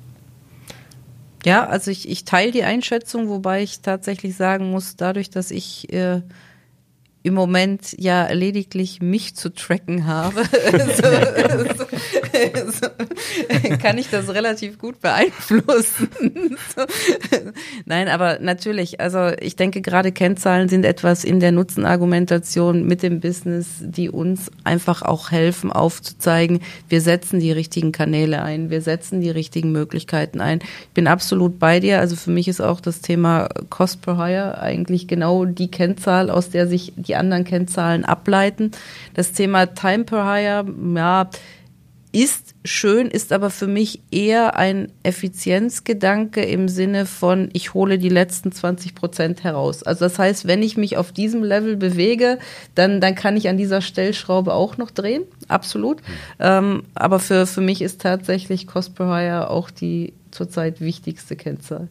Ja, also ich, ich teile die Einschätzung, wobei ich tatsächlich sagen muss, dadurch, dass ich äh, im Moment ja lediglich mich zu tracken habe, so, so, so, kann ich das relativ gut beeinflussen. So. Nein, aber natürlich, also ich denke, gerade Kennzahlen sind etwas in der Nutzenargumentation mit dem Business, die uns einfach auch helfen, aufzuzeigen, wir setzen die richtigen Kanäle ein, wir setzen die richtigen Möglichkeiten ein. Ich bin absolut bei dir, also für mich ist auch das Thema Cost per Hire eigentlich genau die Kennzahl, aus der sich die anderen Kennzahlen ableiten. Das Thema Time per Hire, ja, ist schön, ist aber für mich eher ein Effizienzgedanke im Sinne von, ich hole die letzten zwanzig Prozent heraus. Also das heißt, wenn ich mich auf diesem Level bewege, dann, dann kann ich an dieser Stellschraube auch noch drehen, absolut. Mhm. Ähm, aber für, für mich ist tatsächlich Cost per Hire auch die zurzeit wichtigste Kennzahl.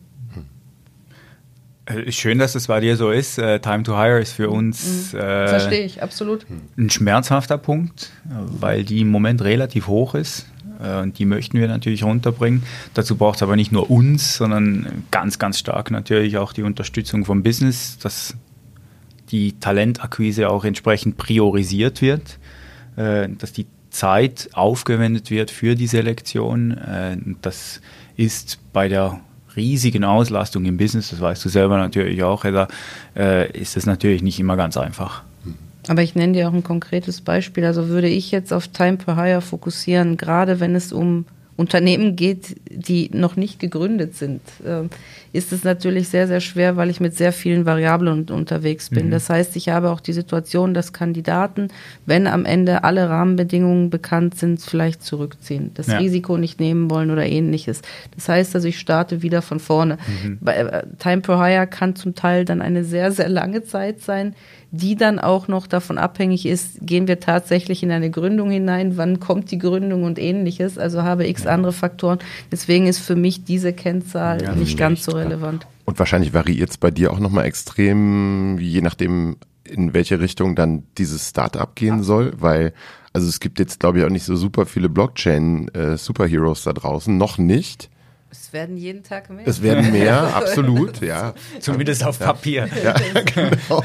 Schön, dass es bei dir so ist. Uh, Time to Hire ist für uns mhm. äh, verstehe ich, absolut. Ein schmerzhafter Punkt, weil die im Moment relativ hoch ist. Äh, und die möchten wir natürlich runterbringen. Dazu braucht es aber nicht nur uns, sondern ganz, ganz stark natürlich auch die Unterstützung vom Business, dass die Talentakquise auch entsprechend priorisiert wird, äh, dass die Zeit aufgewendet wird für die Selektion. Äh, das ist bei der riesigen Auslastung im Business, das weißt du selber natürlich auch, Hedda, äh, ist das natürlich nicht immer ganz einfach. Aber ich nenne dir auch ein konkretes Beispiel. Also würde ich jetzt auf Time per Hire fokussieren, gerade wenn es um Unternehmen geht, die noch nicht gegründet sind, äh, ist es natürlich sehr, sehr schwer, weil ich mit sehr vielen Variablen unterwegs bin. Mhm. Das heißt, ich habe auch die Situation, dass Kandidaten, wenn am Ende alle Rahmenbedingungen bekannt sind, vielleicht zurückziehen, das ja. Risiko nicht nehmen wollen oder ähnliches. Das heißt also, ich starte wieder von vorne. Mhm. Bei, äh, Time per Hire kann zum Teil dann eine sehr, sehr lange Zeit sein, die dann auch noch davon abhängig ist, gehen wir tatsächlich in eine Gründung hinein, wann kommt die Gründung und ähnliches, also habe x ja. andere Faktoren. Deswegen ist für mich diese Kennzahl ja, nicht ganz so relevant. Und wahrscheinlich variiert es bei dir auch nochmal extrem, je nachdem, in welche Richtung dann dieses Startup gehen ja. soll, weil, also es gibt jetzt, glaube ich, auch nicht so super viele Blockchain-Superheroes da draußen, noch nicht. Es werden jeden Tag mehr. Es werden mehr, absolut, ja. Zumindest auf Papier. Ja, genau.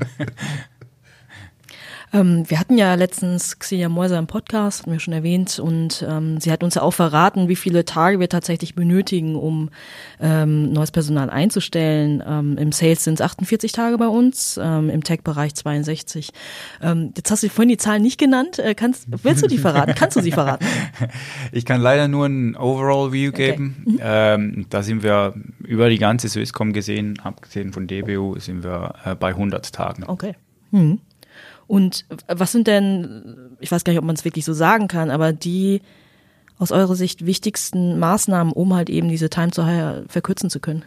Ähm, wir hatten ja letztens Xenia Moiser im Podcast, hatten wir schon erwähnt, und ähm, sie hat uns ja auch verraten, wie viele Tage wir tatsächlich benötigen, um ähm, neues Personal einzustellen. Ähm, Im Sales sind es achtundvierzig Tage bei uns, ähm, im Tech-Bereich zweiundsechzig. Ähm, jetzt hast du vorhin die Zahl nicht genannt. Äh, kannst, willst du die verraten? Kannst du sie verraten? Ich kann leider nur ein Overall-View okay. geben. Mhm. Ähm, da sind wir über die ganze Swisscom gesehen, abgesehen von D B U, sind wir äh, bei hundert Tagen. Okay. Mhm. Und was sind denn, ich weiß gar nicht, ob man es wirklich so sagen kann, aber die aus eurer Sicht wichtigsten Maßnahmen, um halt eben diese Time to Hire verkürzen zu können?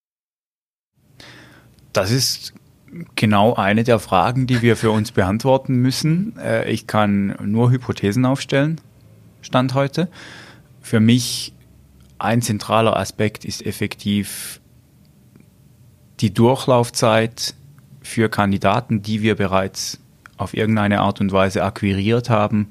Das ist genau eine der Fragen, die wir für uns beantworten müssen. Ich kann nur Hypothesen aufstellen, Stand heute. Für mich ein zentraler Aspekt ist effektiv die Durchlaufzeit für Kandidaten, die wir bereits auf irgendeine Art und Weise akquiriert haben,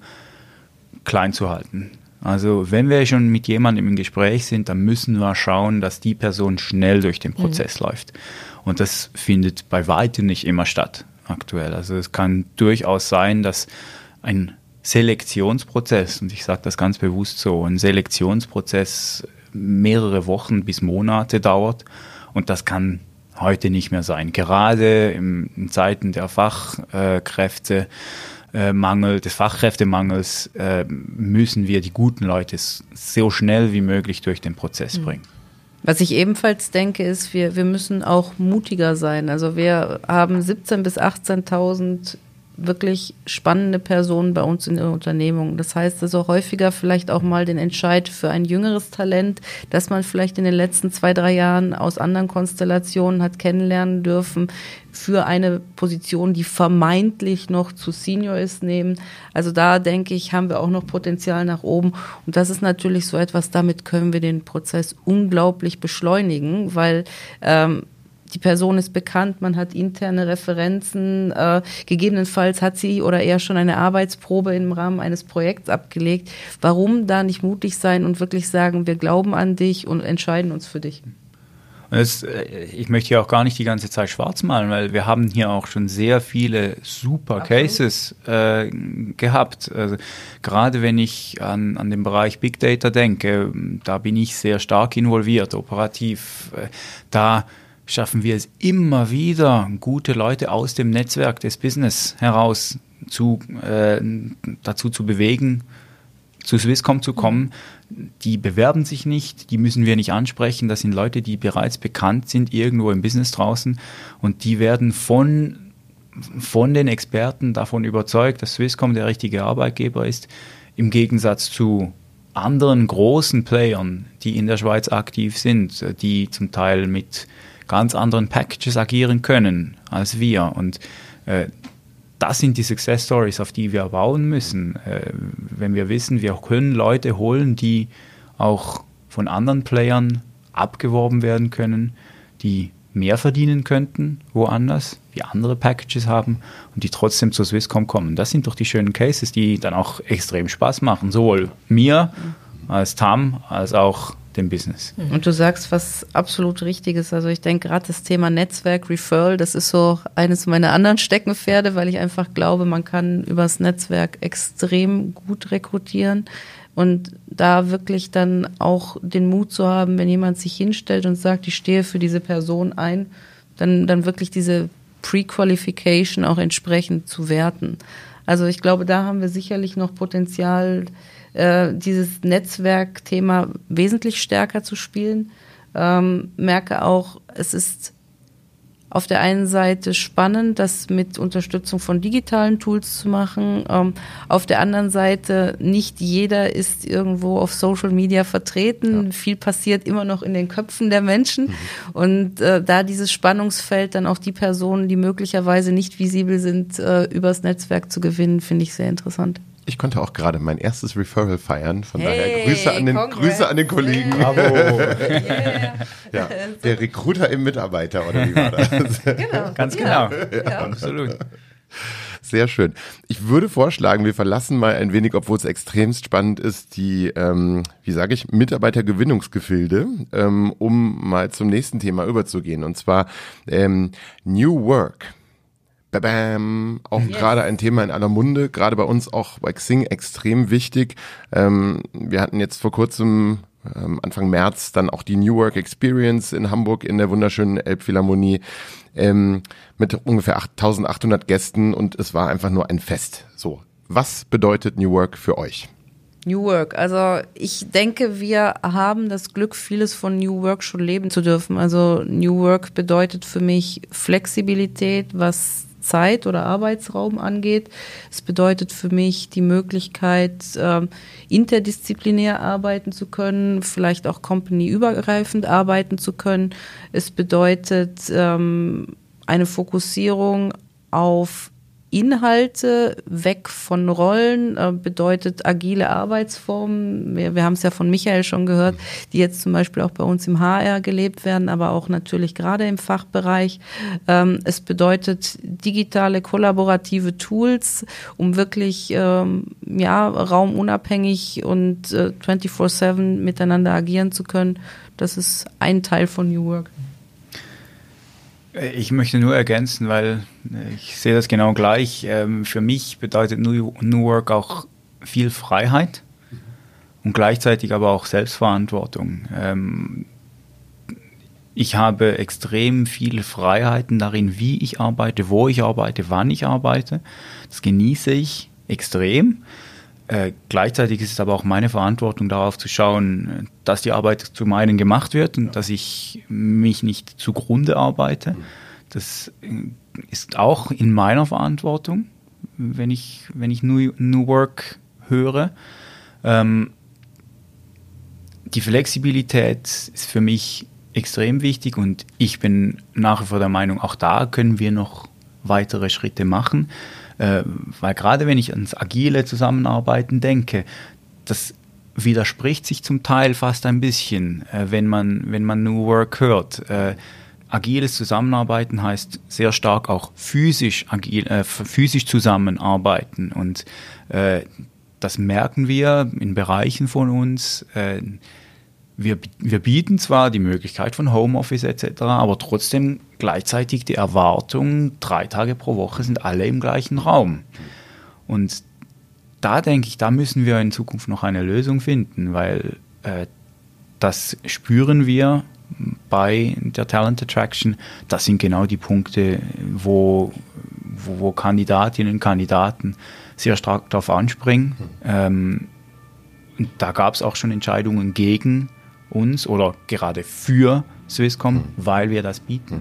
klein zu halten. Also wenn wir schon mit jemandem im Gespräch sind, dann müssen wir schauen, dass die Person schnell durch den Prozess mhm. läuft. Und das findet bei weitem nicht immer statt aktuell. Also es kann durchaus sein, dass ein Selektionsprozess, und ich sage das ganz bewusst so, ein Selektionsprozess mehrere Wochen bis Monate dauert, und das kann heute nicht mehr sein. Gerade im, in Zeiten der Fachkräfte, äh, Mangel, des Fachkräftemangels äh, müssen wir die guten Leute so schnell wie möglich durch den Prozess bringen. Was ich ebenfalls denke, ist, wir, wir müssen auch mutiger sein. Also wir haben siebzehntausend bis achtzehntausend wirklich spannende Personen bei uns in der Unternehmung. Das heißt also häufiger vielleicht auch mal den Entscheid für ein jüngeres Talent, das man vielleicht in den letzten zwei, drei Jahren aus anderen Konstellationen hat kennenlernen dürfen, für eine Position, die vermeintlich noch zu Senior ist, nehmen. Also da denke ich, haben wir auch noch Potenzial nach oben. Und das ist natürlich so etwas, damit können wir den Prozess unglaublich beschleunigen, weil ähm, die Person ist bekannt, man hat interne Referenzen, äh, gegebenenfalls hat sie oder er schon eine Arbeitsprobe im Rahmen eines Projekts abgelegt. Warum da nicht mutig sein und wirklich sagen, wir glauben an dich und entscheiden uns für dich? Und das, ich möchte hier auch gar nicht die ganze Zeit schwarz malen, weil wir haben hier auch schon sehr viele super Absolut. Cases äh, gehabt. Also, gerade wenn ich an, an den Bereich Big Data denke, da bin ich sehr stark involviert, operativ. Äh, da schaffen wir es immer wieder, gute Leute aus dem Netzwerk des Business heraus zu, äh, dazu zu bewegen, zu Swisscom zu kommen. Die bewerben sich nicht, die müssen wir nicht ansprechen. Das sind Leute, die bereits bekannt sind, irgendwo im Business draußen, und die werden von, von den Experten davon überzeugt, dass Swisscom der richtige Arbeitgeber ist, im Gegensatz zu anderen großen Playern, die in der Schweiz aktiv sind, die zum Teil mit ganz anderen Packages agieren können als wir. Und äh, das sind die Success Stories, auf die wir bauen müssen. Äh, wenn wir wissen, wir können Leute holen, die auch von anderen Playern abgeworben werden können, die mehr verdienen könnten woanders, die andere Packages haben und die trotzdem zur Swisscom kommen. Das sind doch die schönen Cases, die dann auch extrem Spaß machen, sowohl mir als Tam als auch dem Business. Und du sagst was absolut Richtiges. Also ich denke gerade das Thema Netzwerk, Referral, das ist so eines meiner anderen Steckenpferde, weil ich einfach glaube, man kann übers Netzwerk extrem gut rekrutieren und da wirklich dann auch den Mut zu haben, wenn jemand sich hinstellt und sagt, ich stehe für diese Person ein, dann, dann wirklich diese Pre-Qualification auch entsprechend zu werten. Also ich glaube, da haben wir sicherlich noch Potenzial, dieses Netzwerkthema wesentlich stärker zu spielen. Ähm, merke auch, es ist auf der einen Seite spannend, das mit Unterstützung von digitalen Tools zu machen. Ähm, auf der anderen Seite, nicht jeder ist irgendwo auf Social Media vertreten. Ja. Viel passiert immer noch in den Köpfen der Menschen. Mhm. Und äh, da dieses Spannungsfeld, dann auch die Personen, die möglicherweise nicht visibel sind, äh, übers Netzwerk zu gewinnen, finde ich sehr interessant. Ich konnte auch gerade mein erstes Referral feiern, von hey, daher Grüße an den, Grüße an den Kollegen. Bravo. Yeah. Ja, der Recruiter im Mitarbeiter, oder wie war das? Genau. Ganz ja. genau, ja. Absolut. Sehr schön. Ich würde vorschlagen, wir verlassen mal ein wenig, obwohl es extremst spannend ist, die, ähm, wie sage ich, Mitarbeitergewinnungsgefilde, ähm, um mal zum nächsten Thema überzugehen, und zwar ähm, New Work. Bam, auch yes. gerade ein Thema in aller Munde, gerade bei uns auch bei Xing extrem wichtig. Ähm, wir hatten jetzt vor kurzem, ähm, Anfang März, dann auch die New Work Experience in Hamburg in der wunderschönen Elbphilharmonie ähm, mit ungefähr achttausendachthundert Gästen, und es war einfach nur ein Fest. So, was bedeutet New Work für euch? New Work, also ich denke, wir haben das Glück, vieles von New Work schon leben zu dürfen. Also New Work bedeutet für mich Flexibilität, was Zeit oder Arbeitsraum angeht. Es bedeutet für mich die Möglichkeit, ähm, interdisziplinär arbeiten zu können, vielleicht auch company-übergreifend arbeiten zu können. Es bedeutet ähm, eine Fokussierung auf Inhalte, weg von Rollen, äh, bedeutet agile Arbeitsformen. Wir, wir haben es ja von Michael schon gehört, die jetzt zum Beispiel auch bei uns im H R gelebt werden, aber auch natürlich gerade im Fachbereich. Ähm, es bedeutet digitale, kollaborative Tools, um wirklich ähm, ja, raumunabhängig und äh, vierundzwanzig sieben miteinander agieren zu können. Das ist ein Teil von New Work. Ich möchte nur ergänzen, weil ich sehe das genau gleich. Für mich bedeutet New, New Work auch viel Freiheit und gleichzeitig aber auch Selbstverantwortung. Ich habe extrem viele Freiheiten darin, wie ich arbeite, wo ich arbeite, wann ich arbeite. Das genieße ich extrem. Äh, gleichzeitig ist es aber auch meine Verantwortung, darauf zu schauen, dass die Arbeit zu meinen gemacht wird und dass ich mich nicht zugrunde arbeite. Das ist auch in meiner Verantwortung, wenn ich, wenn ich New, New Work höre. Ähm, die Flexibilität ist für mich extrem wichtig und ich bin nach wie vor der Meinung, auch da können wir noch weitere Schritte machen. Äh, weil gerade wenn ich ans agile Zusammenarbeiten denke, das widerspricht sich zum Teil fast ein bisschen, äh, wenn man, wenn man New Work hört. Äh, agiles Zusammenarbeiten heißt sehr stark auch physisch, agil, äh, physisch zusammenarbeiten und äh, das merken wir in Bereichen von uns. Äh, Wir, wir bieten zwar die Möglichkeit von Homeoffice et cetera, aber trotzdem gleichzeitig die Erwartung, drei Tage pro Woche sind alle im gleichen Raum. Und da denke ich, da müssen wir in Zukunft noch eine Lösung finden, weil äh, das spüren wir bei der Talent Attraction. Das sind genau die Punkte, wo, wo, wo Kandidatinnen und Kandidaten sehr stark darauf anspringen. Ähm, da gab es auch schon Entscheidungen gegen uns oder gerade für Swisscom, mhm. weil wir das bieten.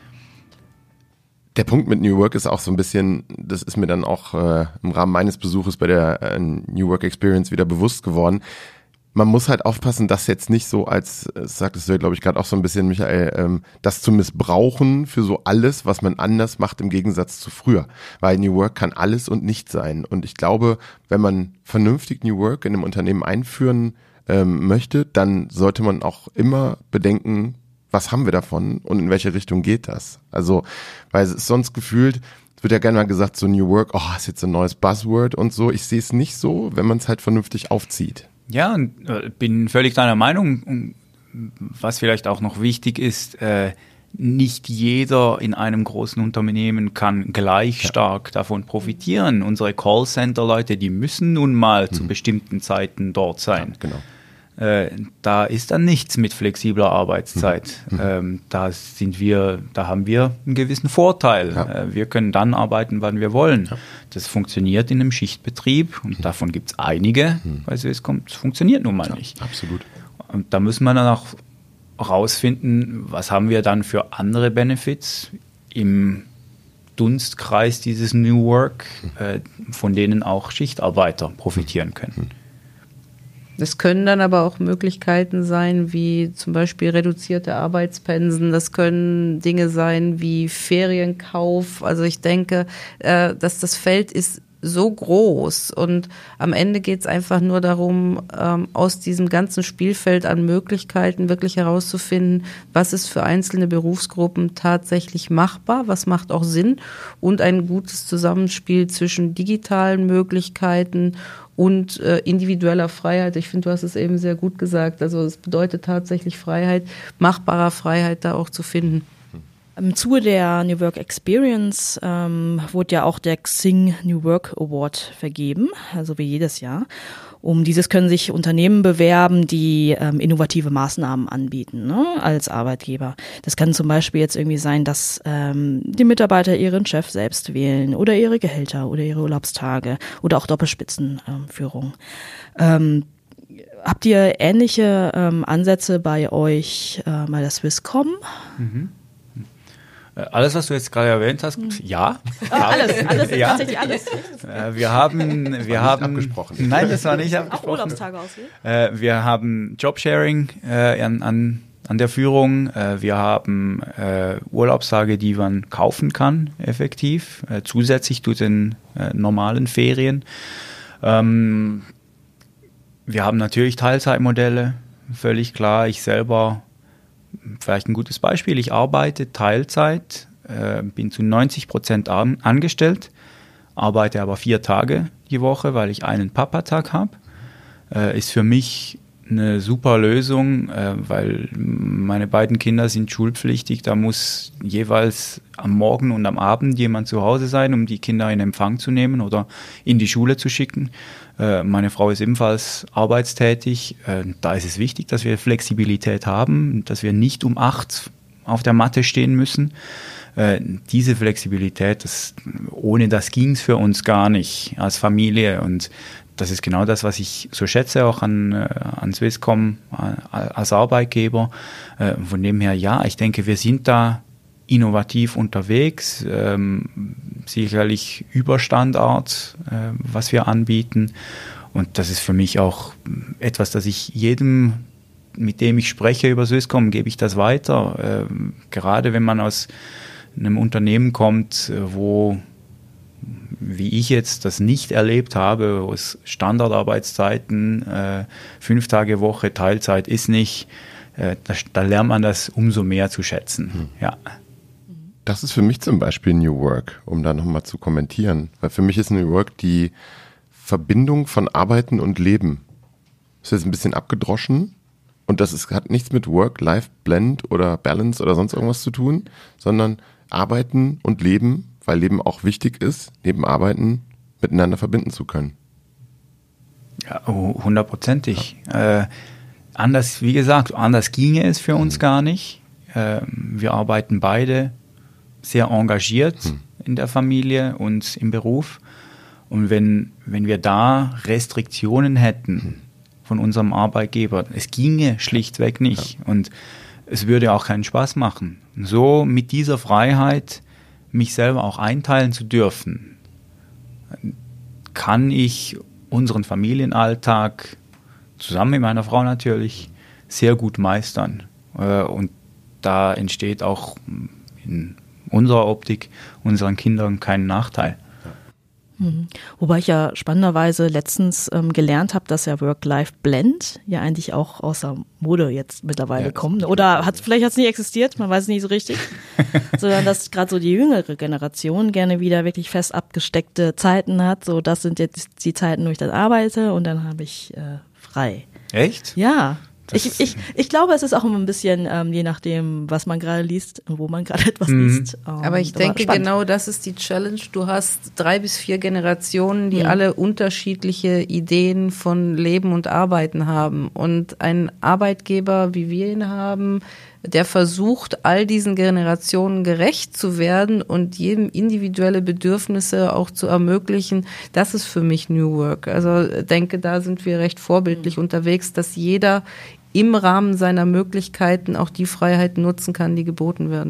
Der Punkt mit New Work ist auch so ein bisschen, das ist mir dann auch äh, im Rahmen meines Besuches bei der äh, New Work Experience wieder bewusst geworden. Man muss halt aufpassen, das jetzt nicht so als, das sagtest du ja, glaube ich, gerade auch so ein bisschen, Michael, ähm, das zu missbrauchen für so alles, was man anders macht im Gegensatz zu früher. Weil New Work kann alles und nichts sein. Und ich glaube, wenn man vernünftig New Work in einem Unternehmen einführen ähm, möchte, dann sollte man auch immer bedenken, was haben wir davon und in welche Richtung geht das? Also, weil es ist sonst gefühlt, es wird ja gerne mal gesagt, so New Work, oh, ist jetzt ein neues Buzzword und so. Ich sehe es nicht so, wenn man es halt vernünftig aufzieht. Ja, und äh, bin völlig deiner Meinung. Und was vielleicht auch noch wichtig ist, äh, nicht jeder in einem großen Unternehmen kann gleich ja. stark davon profitieren. Unsere Callcenter-Leute, die müssen nun mal mhm. zu bestimmten Zeiten dort sein. Ja, genau. Äh, da ist dann nichts mit flexibler Arbeitszeit. Mhm. Ähm, da sind wir, da haben wir einen gewissen Vorteil. Ja. Äh, wir können dann arbeiten, wann wir wollen. Ja. Das funktioniert in einem Schichtbetrieb und mhm. davon gibt es einige, mhm. weil es kommt, es funktioniert nun mal ja, nicht. Absolut. Und da müssen wir dann auch rausfinden, was haben wir dann für andere Benefits im Dunstkreis dieses New Work, mhm. äh, von denen auch Schichtarbeiter profitieren können. Mhm. Das können dann aber auch Möglichkeiten sein, wie zum Beispiel reduzierte Arbeitspensen. Das können Dinge sein wie Ferienkauf. Also ich denke, äh, dass das Feld ist so groß und am Ende geht es einfach nur darum, ähm, aus diesem ganzen Spielfeld an Möglichkeiten wirklich herauszufinden, was ist für einzelne Berufsgruppen tatsächlich machbar, was macht auch Sinn und ein gutes Zusammenspiel zwischen digitalen Möglichkeiten und äh, individueller Freiheit. Ich finde, du hast es eben sehr gut gesagt. Also es bedeutet tatsächlich Freiheit, machbarer Freiheit da auch zu finden. Im Zuge der New Work Experience ähm, wurde ja auch der Xing New Work Award vergeben, also wie jedes Jahr. Um dieses können sich Unternehmen bewerben, die ähm, innovative Maßnahmen anbieten, ne, als Arbeitgeber. Das kann zum Beispiel jetzt irgendwie sein, dass ähm, die Mitarbeiter ihren Chef selbst wählen oder ihre Gehälter oder ihre Urlaubstage oder auch Doppelspitzenführung. Ähm, habt ihr ähnliche ähm, Ansätze bei euch äh, bei der Swisscom? Mhm. Alles, was du jetzt gerade erwähnt hast, mhm. ja. Oh, alles, alles, ja. Tatsächlich alles. Wir haben, wir haben, abgesprochen. Nein, das war nicht abgesprochen. Auch Urlaubstage auswählen? Wir haben Jobsharing äh, an, an, an der Führung. Äh, wir haben äh, Urlaubstage, die man kaufen kann, effektiv, äh, zusätzlich zu den äh, normalen Ferien. Ähm, wir haben natürlich Teilzeitmodelle, völlig klar. Ich selber, vielleicht ein gutes Beispiel, ich arbeite Teilzeit, äh, bin zu neunzig Prozent an, angestellt, arbeite aber vier Tage die Woche, weil ich einen Papatag habe. Äh, ist für mich eine super Lösung, äh, weil meine beiden Kinder sind schulpflichtig. Da muss jeweils am Morgen und am Abend jemand zu Hause sein, um die Kinder in Empfang zu nehmen oder in die Schule zu schicken. Äh, meine Frau ist ebenfalls arbeitstätig. Äh, da ist es wichtig, dass wir Flexibilität haben, dass wir nicht um acht auf der Matte stehen müssen. Äh, diese Flexibilität, das, ohne das ging es für uns gar nicht als Familie. Und das ist genau das, was ich so schätze, auch an, äh, an Swisscom äh, als Arbeitgeber. Äh, von dem her, ja, ich denke, wir sind da innovativ unterwegs, ähm, sicherlich über Standard, äh, was wir anbieten. Und das ist für mich auch etwas, das ich jedem, mit dem ich spreche über Swisscom, gebe ich das weiter. Äh, gerade wenn man aus einem Unternehmen kommt, wo, wie ich jetzt das nicht erlebt habe, wo es Standardarbeitszeiten, äh, fünf Tage Woche, Teilzeit ist nicht, äh, da, da lernt man das umso mehr zu schätzen. Hm. Ja. Das ist für mich zum Beispiel New Work, um da nochmal zu kommentieren. Weil für mich ist New Work die Verbindung von Arbeiten und Leben. Das ist jetzt ein bisschen abgedroschen und das ist, hat nichts mit Work-Life-Blend oder Balance oder sonst irgendwas zu tun, sondern Arbeiten und Leben, weil Leben auch wichtig ist, neben Arbeiten miteinander verbinden zu können. Ja, hundertprozentig. Ja. Äh, anders, wie gesagt, anders ginge es für uns mhm. gar nicht. Äh, wir arbeiten beide sehr engagiert mhm. in der Familie und im Beruf. Und wenn, wenn wir da Restriktionen hätten mhm. von unserem Arbeitgeber, es ginge schlichtweg nicht. Ja. Und es würde auch keinen Spaß machen. So mit dieser Freiheit, mich selber auch einteilen zu dürfen, kann ich unseren Familienalltag zusammen mit meiner Frau natürlich sehr gut meistern. Und da entsteht auch in unserer Optik unseren Kindern kein Nachteil. Mhm. Wobei ich ja spannenderweise letztens ähm, gelernt habe, dass ja Work-Life-Blend ja eigentlich auch aus der Mode jetzt mittlerweile ja, kommt. Oder hat vielleicht hat es nicht existiert, man weiß es nicht so richtig. Sondern dass gerade so die jüngere Generation gerne wieder wirklich fest abgesteckte Zeiten hat. So, das sind jetzt die Zeiten, wo ich dann arbeite und dann habe ich äh, frei. Echt? Ja. Ich, ich, ich glaube, es ist auch immer ein bisschen, ähm, je nachdem, was man gerade liest und wo man gerade etwas mhm. liest. Ähm, Aber ich denke, spannend. Genau das ist die Challenge. Du hast drei bis vier Generationen, die mhm. alle unterschiedliche Ideen von Leben und Arbeiten haben. Und ein Arbeitgeber, wie wir ihn haben, der versucht, all diesen Generationen gerecht zu werden und jedem individuelle Bedürfnisse auch zu ermöglichen. Das ist für mich New Work. Also denke, da sind wir recht vorbildlich mhm. unterwegs, dass jeder im Rahmen seiner Möglichkeiten auch die Freiheiten nutzen kann, die geboten werden.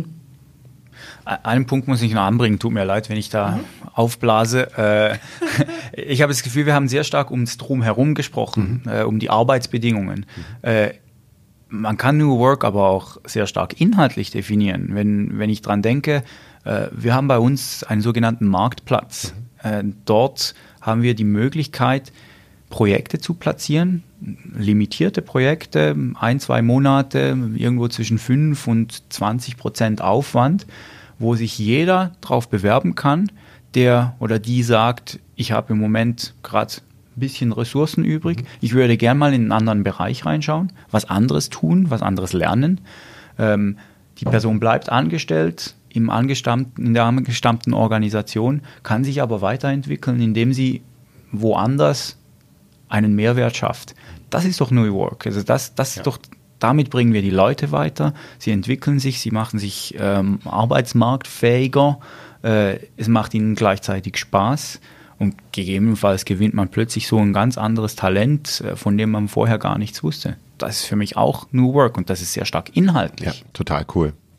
Einen Punkt muss ich noch anbringen, tut mir leid, wenn ich da mhm. aufblase. Ich habe das Gefühl, wir haben sehr stark ums Drumherum gesprochen, mhm. um die Arbeitsbedingungen. Mhm. Man kann New Work aber auch sehr stark inhaltlich definieren. Wenn, wenn ich dran denke, wir haben bei uns einen sogenannten Marktplatz. Mhm. Dort haben wir die Möglichkeit, Projekte zu platzieren, limitierte Projekte, ein, zwei Monate, irgendwo zwischen fünf und zwanzig Prozent Aufwand, wo sich jeder drauf bewerben kann, der oder die sagt, ich habe im Moment gerade ein bisschen Ressourcen übrig, ich würde gerne mal in einen anderen Bereich reinschauen, was anderes tun, was anderes lernen. Ähm, die Person bleibt angestellt im angestammten, in der angestammten Organisation, kann sich aber weiterentwickeln, indem sie woanders einen Mehrwert schafft. Das ist doch New Work. Also das, das ja. ist doch, damit bringen wir die Leute weiter. Sie entwickeln sich, sie machen sich ähm, arbeitsmarktfähiger. Äh, es macht ihnen gleichzeitig Spaß und gegebenenfalls gewinnt man plötzlich so ein ganz anderes Talent, äh, von dem man vorher gar nichts wusste. Das ist für mich auch New Work und das ist sehr stark inhaltlich. Ja, total cool.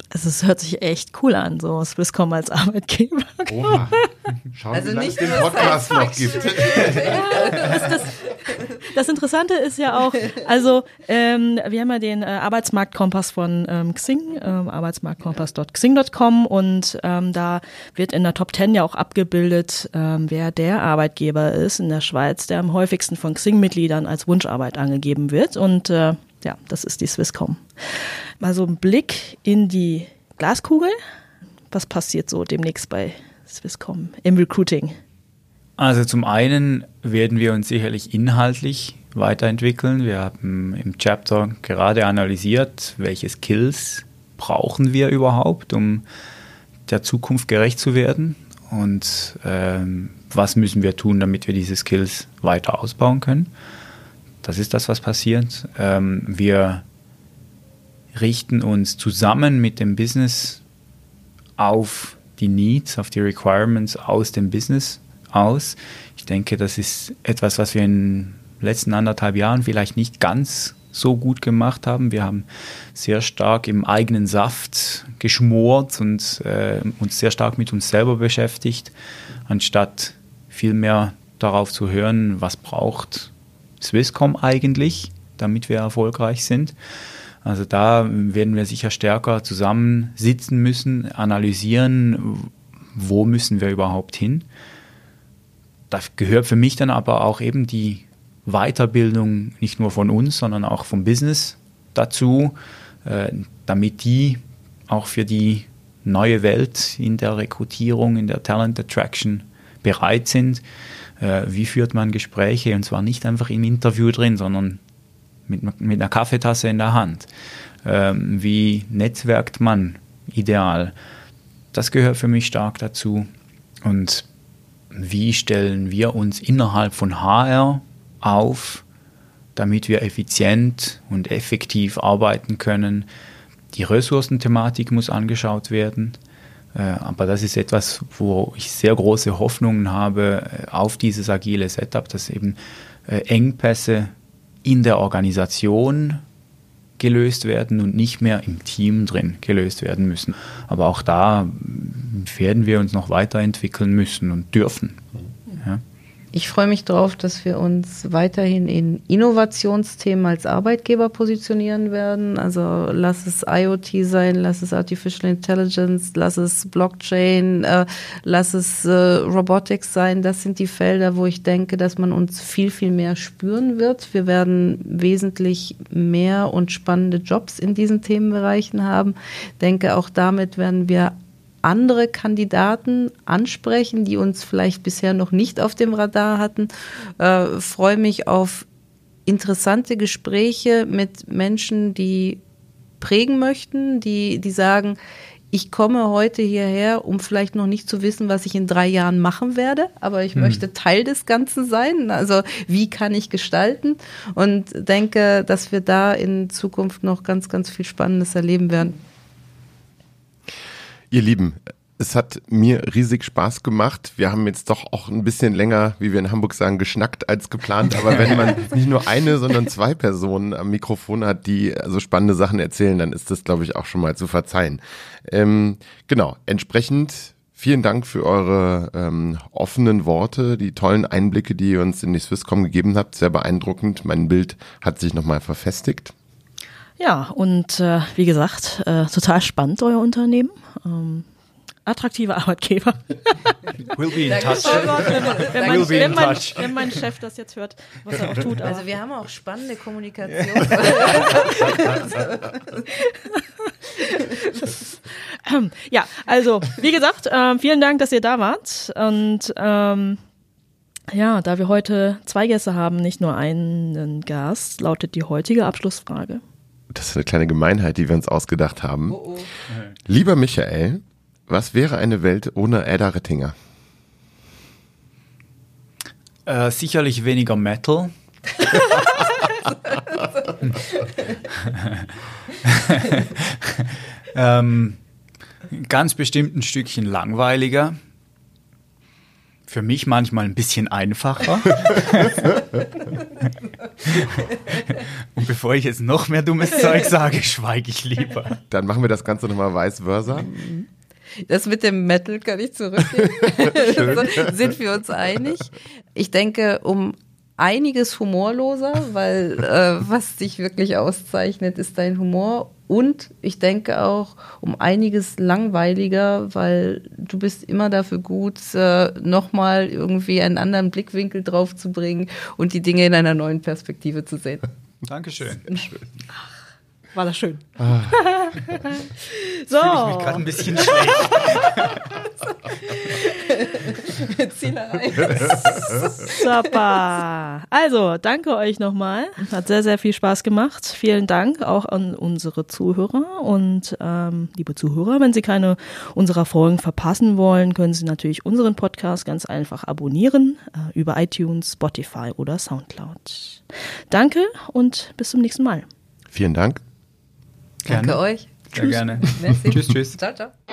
Also es hört sich echt cool an, so Swisscom als Arbeitgeber. Oha. Schauen, Also wie lange nicht es den nur Podcast noch gibt. Das, das, das Interessante ist ja auch, also ähm, wir haben ja den äh, Arbeitsmarktkompass von ähm, Xing, ähm, arbeitsmarktkompass punkt xing punkt com und ähm, da wird in der Top zehn ja auch abgebildet, ähm, wer der Arbeitgeber ist in der Schweiz, der am häufigsten von Xing-Mitgliedern als Wunscharbeit angegeben wird und äh, ja, das ist die Swisscom. Mal so ein Blick in die Glaskugel. Was passiert so demnächst bei Swisscom im Recruiting? Also zum einen werden wir uns sicherlich inhaltlich weiterentwickeln. Wir haben im Chapter gerade analysiert, welche Skills brauchen wir überhaupt, um der Zukunft gerecht zu werden und ähm, was müssen wir tun, damit wir diese Skills weiter ausbauen können. Das ist das, was passiert. Ähm, wir richten uns zusammen mit dem Business auf die Needs, auf die Requirements aus dem Business aus. Ich denke, das ist etwas, was wir in den letzten anderthalb Jahren vielleicht nicht ganz so gut gemacht haben. Wir haben sehr stark im eigenen Saft geschmort und äh, uns sehr stark mit uns selber beschäftigt, anstatt viel mehr darauf zu hören, was braucht Swisscom eigentlich, damit wir erfolgreich sind. Also da werden wir sicher stärker zusammensitzen müssen, analysieren, wo müssen wir überhaupt hin. Da gehört für mich dann aber auch eben die Weiterbildung nicht nur von uns, sondern auch vom Business dazu, äh, damit die auch für die neue Welt in der Rekrutierung, in der Talent Attraction bereit sind. Äh, wie führt man Gespräche? Und zwar nicht einfach im Interview drin, sondern mit, mit einer Kaffeetasse in der Hand. Ähm, wie netzwerkt man ideal? Das gehört für mich stark dazu. Und wie stellen wir uns innerhalb von H R auf, damit wir effizient und effektiv arbeiten können? Die Ressourcenthematik muss angeschaut werden. Äh, aber das ist etwas, wo ich sehr große Hoffnungen habe äh, auf dieses agile Setup, dass eben äh, Engpässe in der Organisation gelöst werden und nicht mehr im Team drin gelöst werden müssen. Aber auch da werden wir uns noch weiterentwickeln müssen und dürfen. Ja. Ich freue mich darauf, dass wir uns weiterhin in Innovationsthemen als Arbeitgeber positionieren werden. Also lass es IoT sein, lass es Artificial Intelligence, lass es Blockchain, äh, lass es äh, Robotics sein. Das sind die Felder, wo ich denke, dass man uns viel, viel mehr spüren wird. Wir werden wesentlich mehr und spannende Jobs in diesen Themenbereichen haben. Ich denke, auch damit werden wir andere Kandidaten ansprechen, die uns vielleicht bisher noch nicht auf dem Radar hatten. Äh, freue mich auf interessante Gespräche mit Menschen, die prägen möchten, die, die sagen, ich komme heute hierher, um vielleicht noch nicht zu wissen, was ich in drei Jahren machen werde, aber ich hm. möchte Teil des Ganzen sein. Also wie kann ich gestalten? Und denke, dass wir da in Zukunft noch ganz, ganz viel Spannendes erleben werden. Ihr Lieben, es hat mir riesig Spaß gemacht. Wir haben jetzt doch auch ein bisschen länger, wie wir in Hamburg sagen, geschnackt als geplant. Aber wenn man nicht nur eine, sondern zwei Personen am Mikrofon hat, die so spannende Sachen erzählen, dann ist das, glaube ich, auch schon mal zu verzeihen. Ähm, genau, entsprechend vielen Dank für eure ähm, offenen Worte, die tollen Einblicke, die ihr uns in die Swisscom gegeben habt. Sehr beeindruckend. Mein Bild hat sich nochmal verfestigt. Ja, und äh, wie gesagt, äh, total spannend, euer Unternehmen. Ähm, attraktive Arbeitgeber. We'll be in touch. Oh Gott, wenn, wenn, mein, We'll be in wenn, mein, touch. wenn mein Chef das jetzt hört, was er auch tut. Also aber. wir haben auch spannende Kommunikation. Ja, also wie gesagt, äh, vielen Dank, dass ihr da wart. Und ähm, ja, da wir heute zwei Gäste haben, nicht nur einen Gast, lautet die heutige Abschlussfrage. Das ist eine kleine Gemeinheit, die wir uns ausgedacht haben. Oh, oh. Lieber Michael, was wäre eine Welt ohne Ada Rittinger? Äh, sicherlich weniger Metal. ähm, ganz bestimmt ein Stückchen langweiliger. Für mich manchmal ein bisschen einfacher. Und bevor ich jetzt noch mehr dummes Zeug sage, schweige ich lieber. Dann machen wir das Ganze nochmal vice versa. Das mit dem Metal kann ich zurückgeben. Sind wir uns einig? Ich denke, um einiges humorloser, weil äh, was dich wirklich auszeichnet, ist dein Humor. Und ich denke auch um einiges langweiliger, weil du bist immer dafür gut, äh, nochmal irgendwie einen anderen Blickwinkel drauf zu bringen und die Dinge in einer neuen Perspektive zu sehen. Dankeschön. War das schön. Ah. So. Fühle ich mich gerade ein bisschen schlecht. Zielerei. Super. Also, danke euch nochmal. Hat sehr, sehr viel Spaß gemacht. Vielen Dank auch an unsere Zuhörer. Und ähm, liebe Zuhörer, wenn Sie keine unserer Folgen verpassen wollen, können Sie natürlich unseren Podcast ganz einfach abonnieren äh, über iTunes, Spotify oder Soundcloud. Danke und bis zum nächsten Mal. Vielen Dank. Danke Gerne. euch. Sehr gerne. Merci. Tschüss, tschüss. Ciao, ciao.